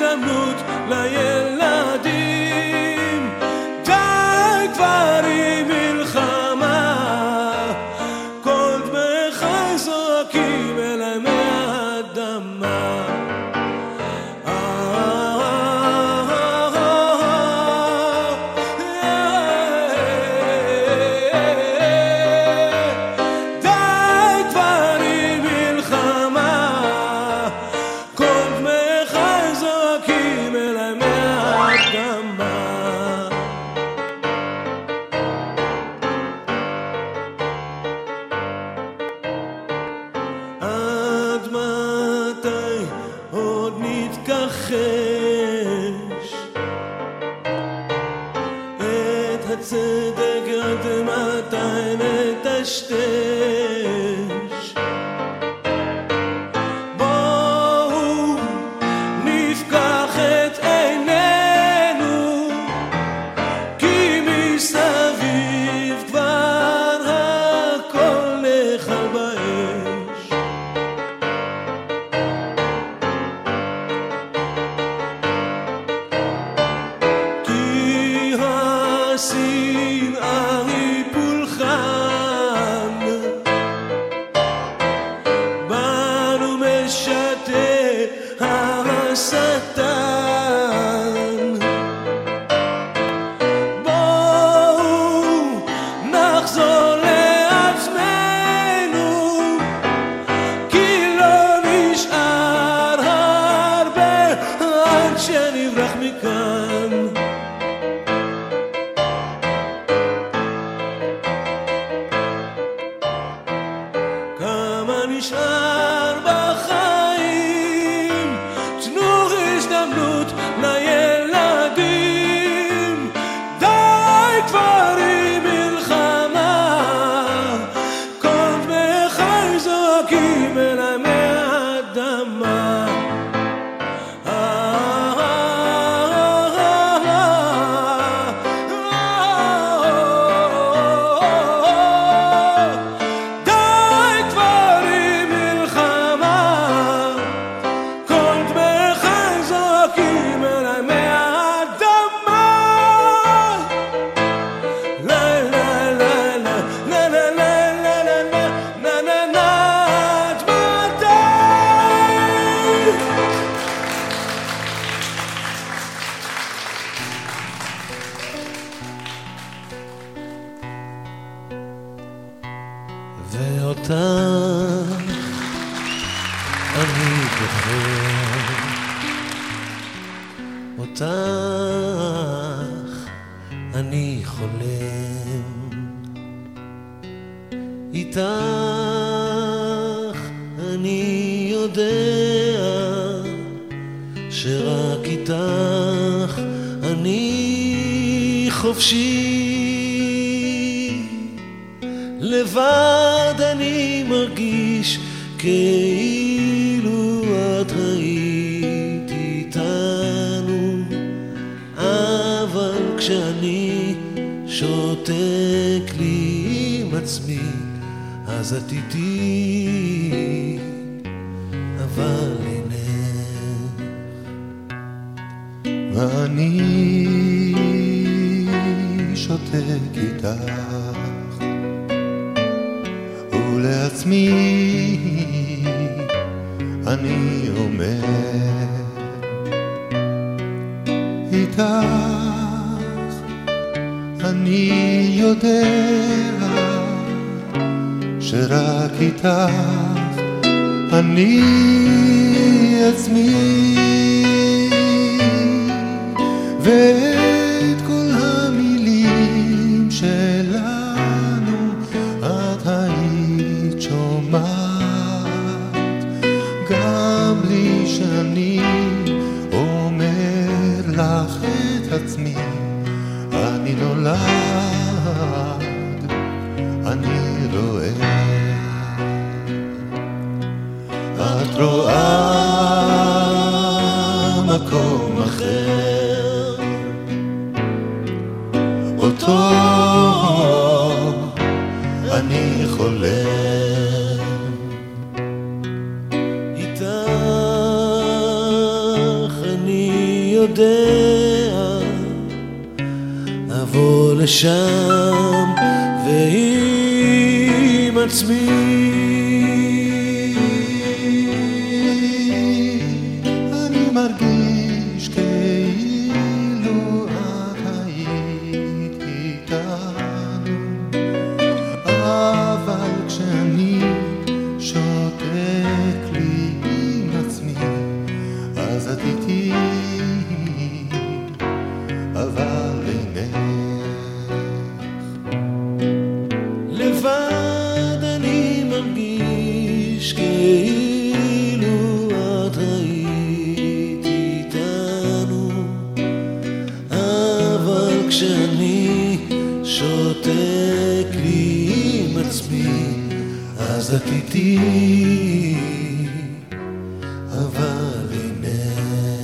הזדמנות לילדים. די כבר עם מלחמה, כל דמי חי זועקים אליי מהאדמה. איתך אני יודע, אבוא לשם ועם עצמי אני מרגיש כאילו את היית איתנו, אבל כשאני שותק לי עם עצמי אז את איתי, אבל אינך. לבד אני מרגיש כאילו את היית איתנו, אבל כשאני שותק לי עם עצמי אז את איתי, אבל אינך.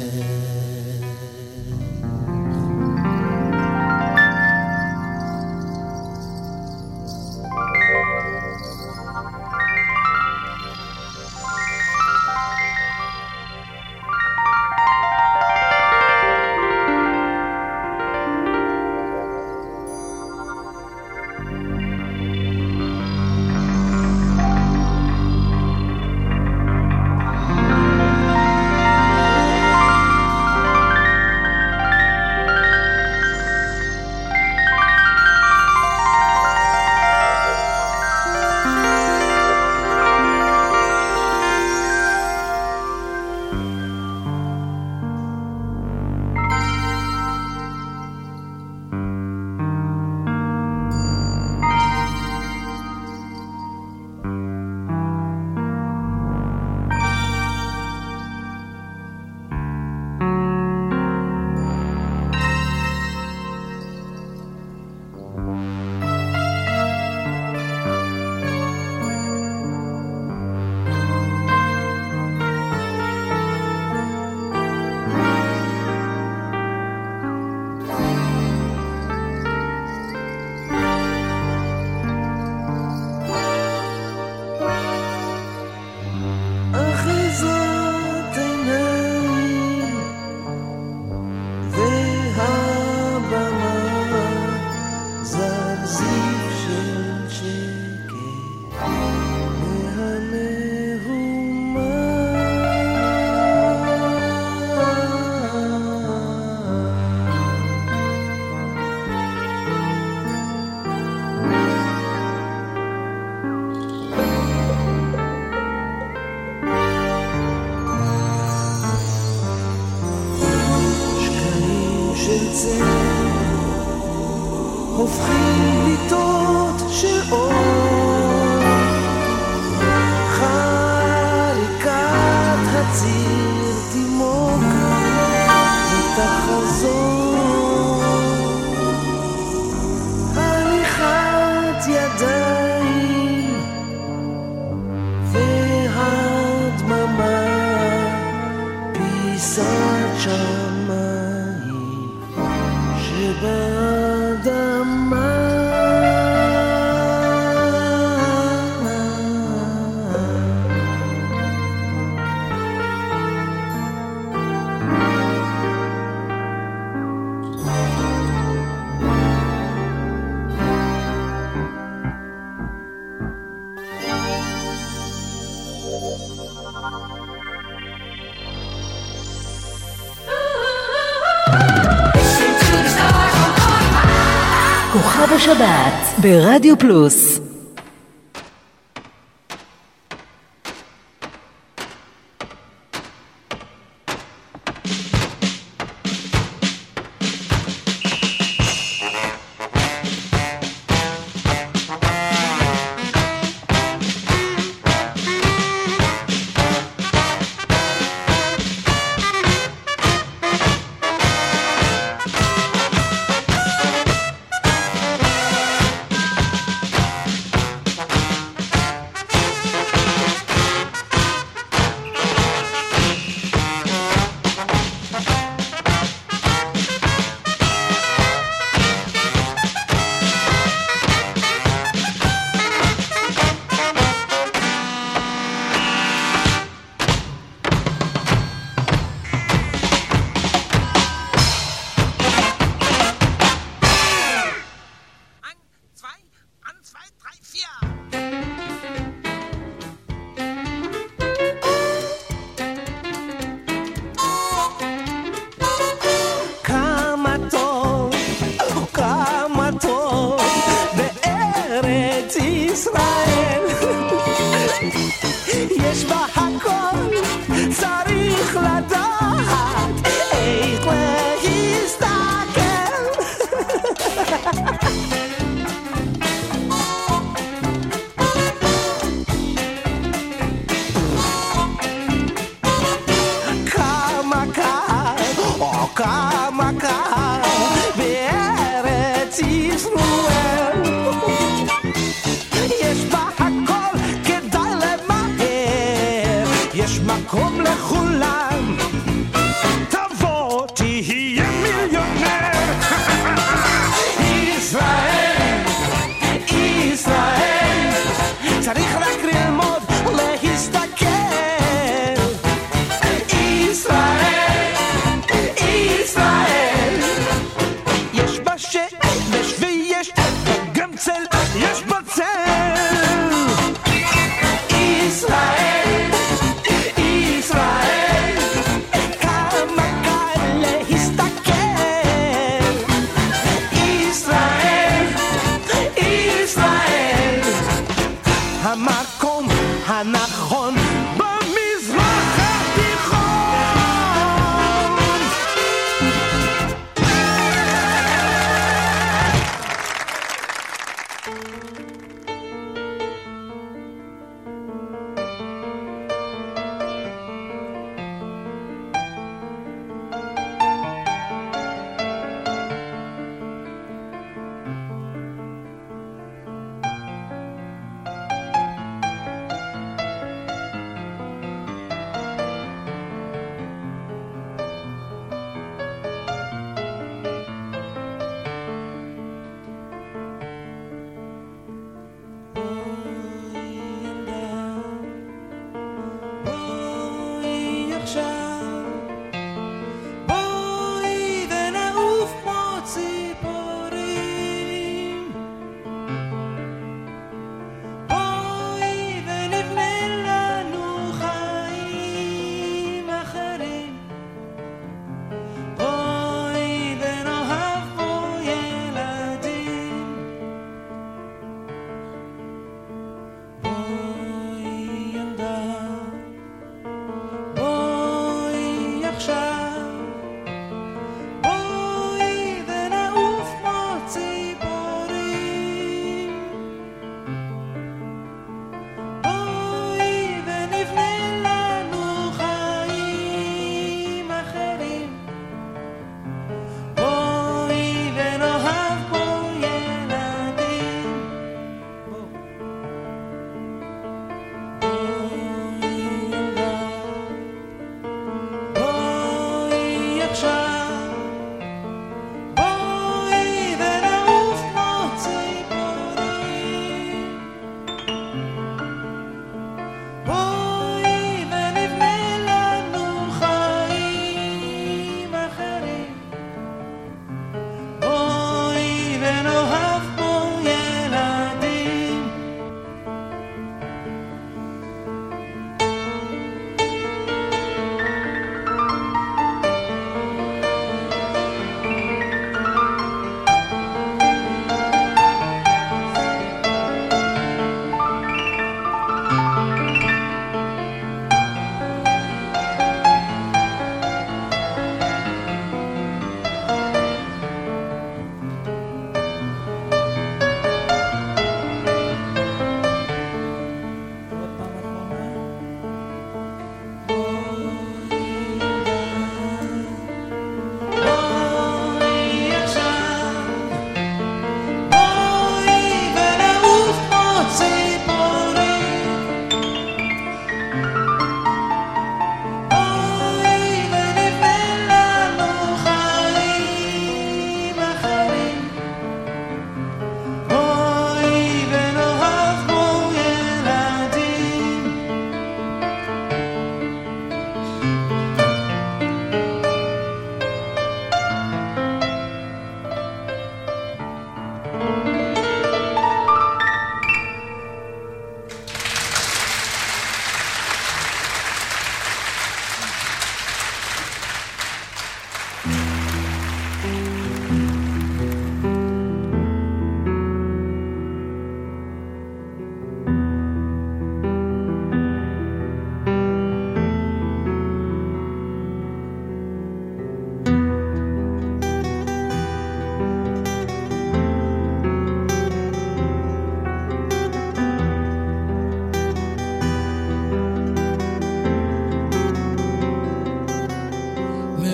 הופכים ליטות של אור, חריקת הציר תימוק ותחזור, הליכת ידיים והדממה פיסת שמיים שבאדמה. כוכב השבת ברדיו פלוס. כמה קר בארץ ישראל. יש בה הכל כדאי למהר, יש מקום לכולם, תבוא תהיה מיליונר. ישראל, ישראל, צריך רק ללמוד להסתכל. ישראל, ישראל,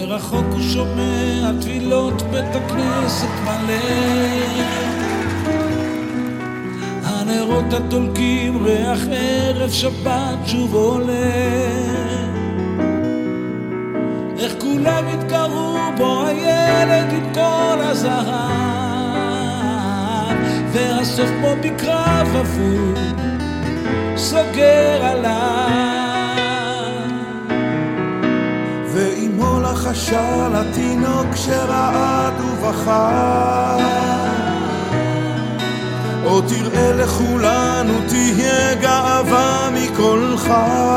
מרחוק הוא שומע תפילות בית הכנסת מלא, הנרות הדולקים ריח ערב שבת שוב עולה, איך כולם התגרו בו הילד עם כל הזהב, והסוף פה בקרב אפור סוגר עליו, ואימו לחשה לתינוק שרעד ובכה, או תראה לכולנו תהיה גאווה מקולך,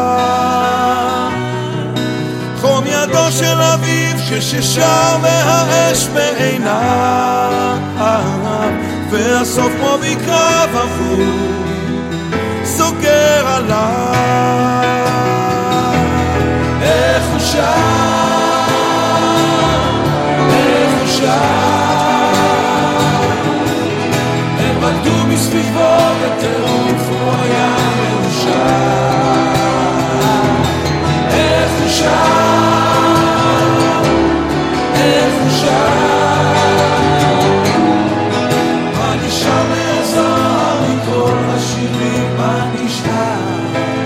חום ידו של אביו כששר מהאש בעיניו, והסוף כמו בקרב אפור סוגר עליו, איך הוא שם, איך הוא שם, הם רקדו מסביבו בטירוף, הוא היה מאושר, איך הוא שם, איך הוא שם, מה נשאר מעזר מכל השירים, מה נשאר,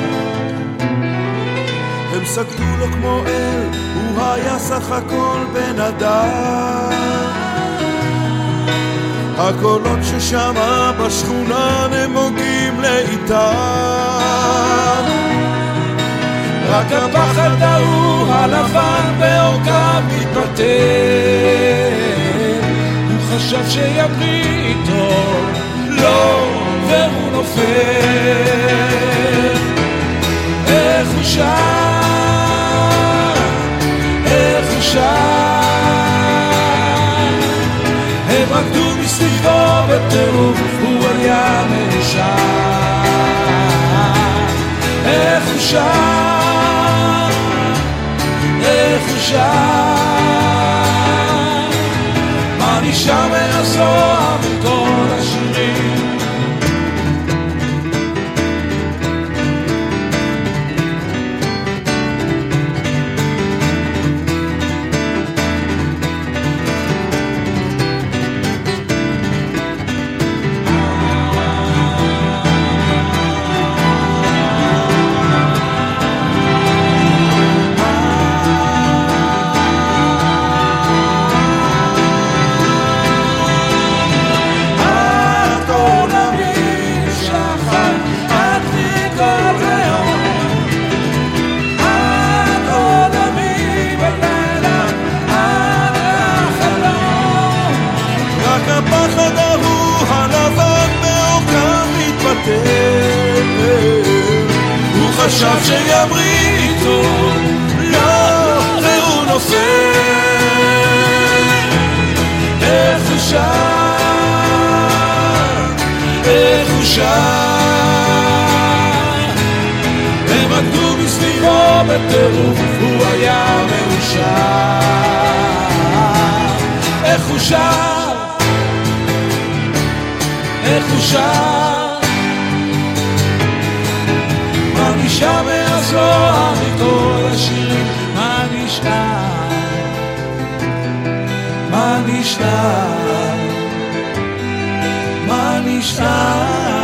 הם סגדו לו כמו אל, הוא היה סך הכל בן אדם, הקולות ששמע בשכונה נמוגים לאיתם, רק הפחד ההוא הלבן באורכיו מתבטל, הוא חשב שיבריא איתו, לא, והוא נופל, איך הוא שם, איך הוא שם, הם רקדו מסביבו בטירוף, הוא היה מאושר, איך הוא שם, איך הוא שם, מה נשאר מהזוהר מכל השירים, הוא חשב שיבריא איתו, לא, והוא נופל, איך הוא שם, איך הוא שם, הם רקדו מסביבו בטירוף, הוא היה מאושר, איך הוא שם, איך הוא שם, מה נשאר מהזוהר מכל השירים, מה נשאר, מה נשאר, מה נשאר,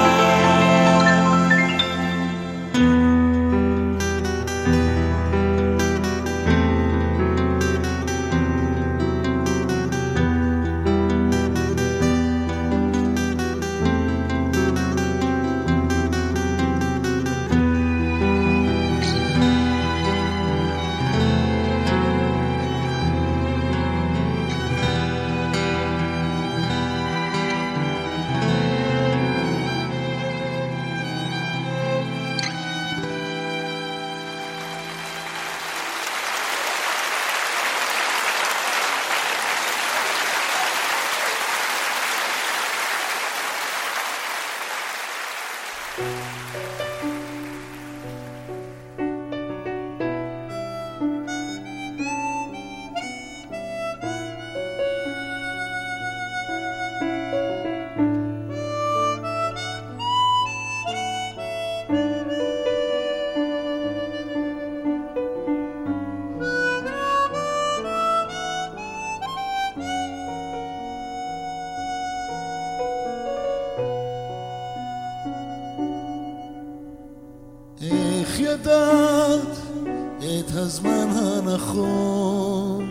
ידעת את הזמן הנכון,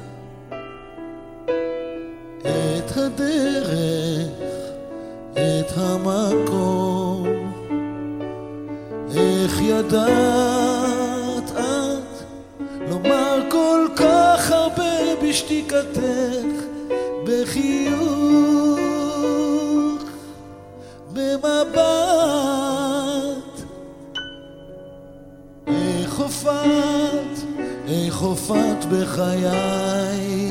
את הדרך, את המקום. איך ידעת את לומר כל כך הרבה בשתיקתך, בחיוך, במבט. איך הופעת, איך הופעת בחיי,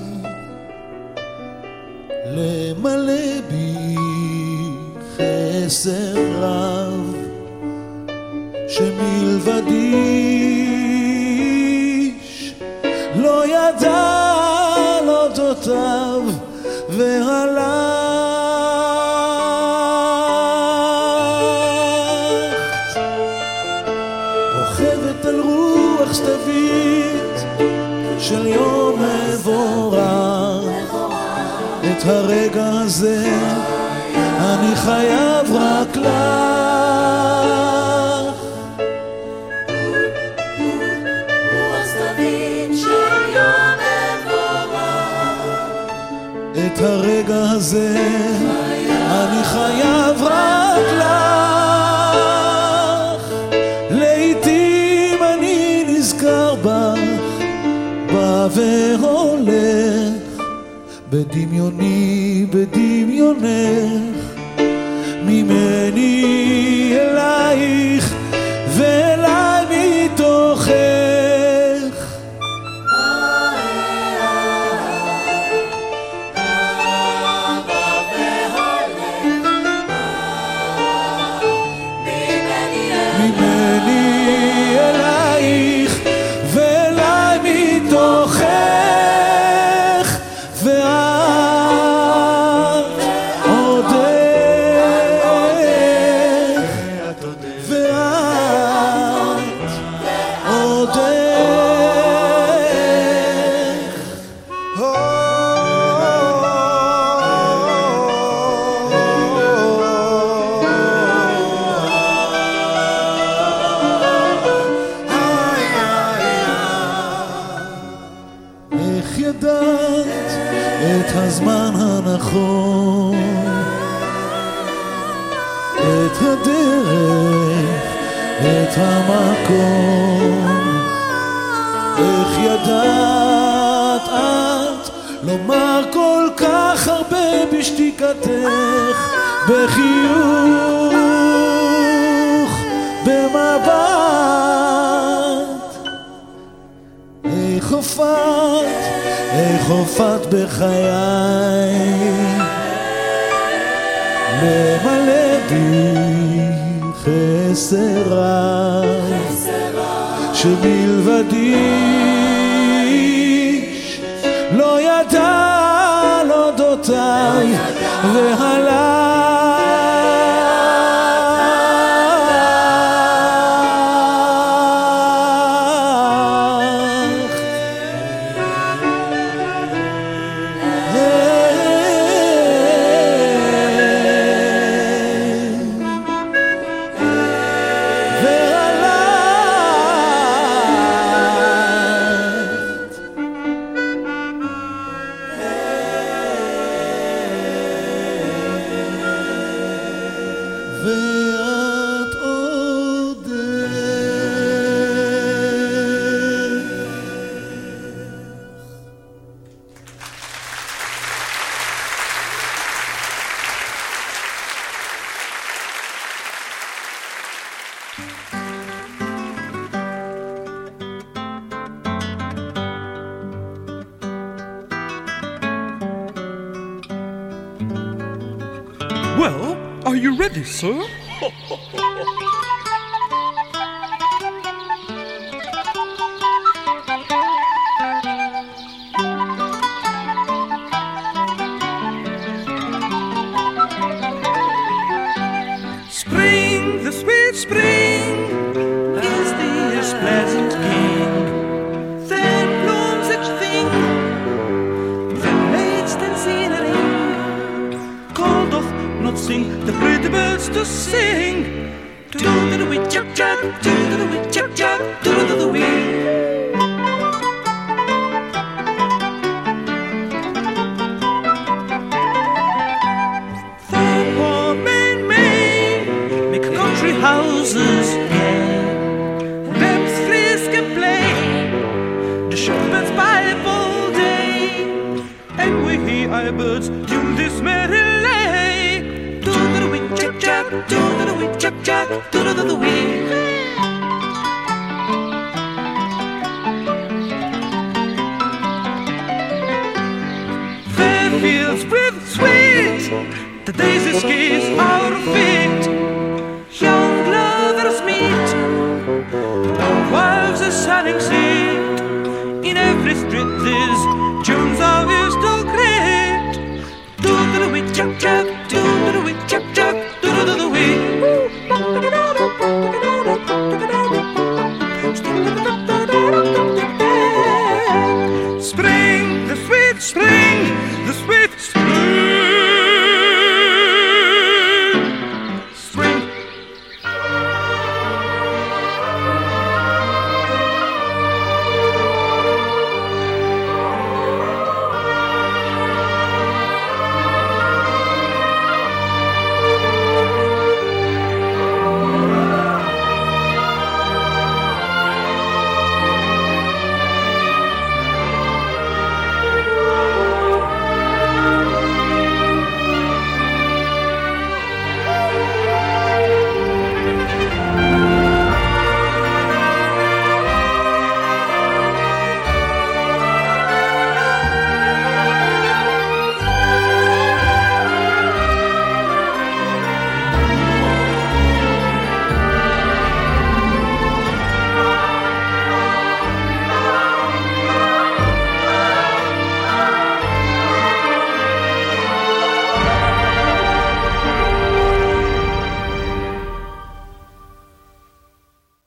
למלא בי חסר רב, שמלבדי איש לא ידע על אודותיו והלכת. רוכבת על רוח סתווית של יום מבורך, את הרגע הזה אני חייב רק לך. את הרגע הזה אני חייב רק לך. לעתים אני נזכר בך, בא והולך, בדמיוני, בדמיונך, ממני אלייך ואליי מתוכך. את הדרך, את המקום. איך ידעת את לומר כל כך הרבה בשתיקתך, בחיוך, במבט. איך הופעת, איך הופעת בחיי, למלא בי חסר רב, שמלבדי איש לא ידע על אודותיי והלך. Well, are you ready, sir? Spring, the sweet spring, is the year's pleasant king. Then blooms each thing, then mates then scenery, called off not sing the pretty birds to sing. do-do-do-wee, chuck-chuck, do-do-do-wee, chuck-chuck, do-do-do-wee. Houses, yeah. Them's frisk and play, the shepherd's Bible day, and we hear our birds tune this merry lay. Do-do-do-wee, chuck-chuck, do-do-do-wee, chuck-chuck, do-do-do-wee. Fair fields breathe sweet, the daisy skies our feet. Young lovers meet, our wives are shining seat. In every street there's tunes of his still great. Do-do-do-wee, chuck-chuck, do-do-do-wee, chuck-chuck, do-do-do-wee. Spring, the sweet spring.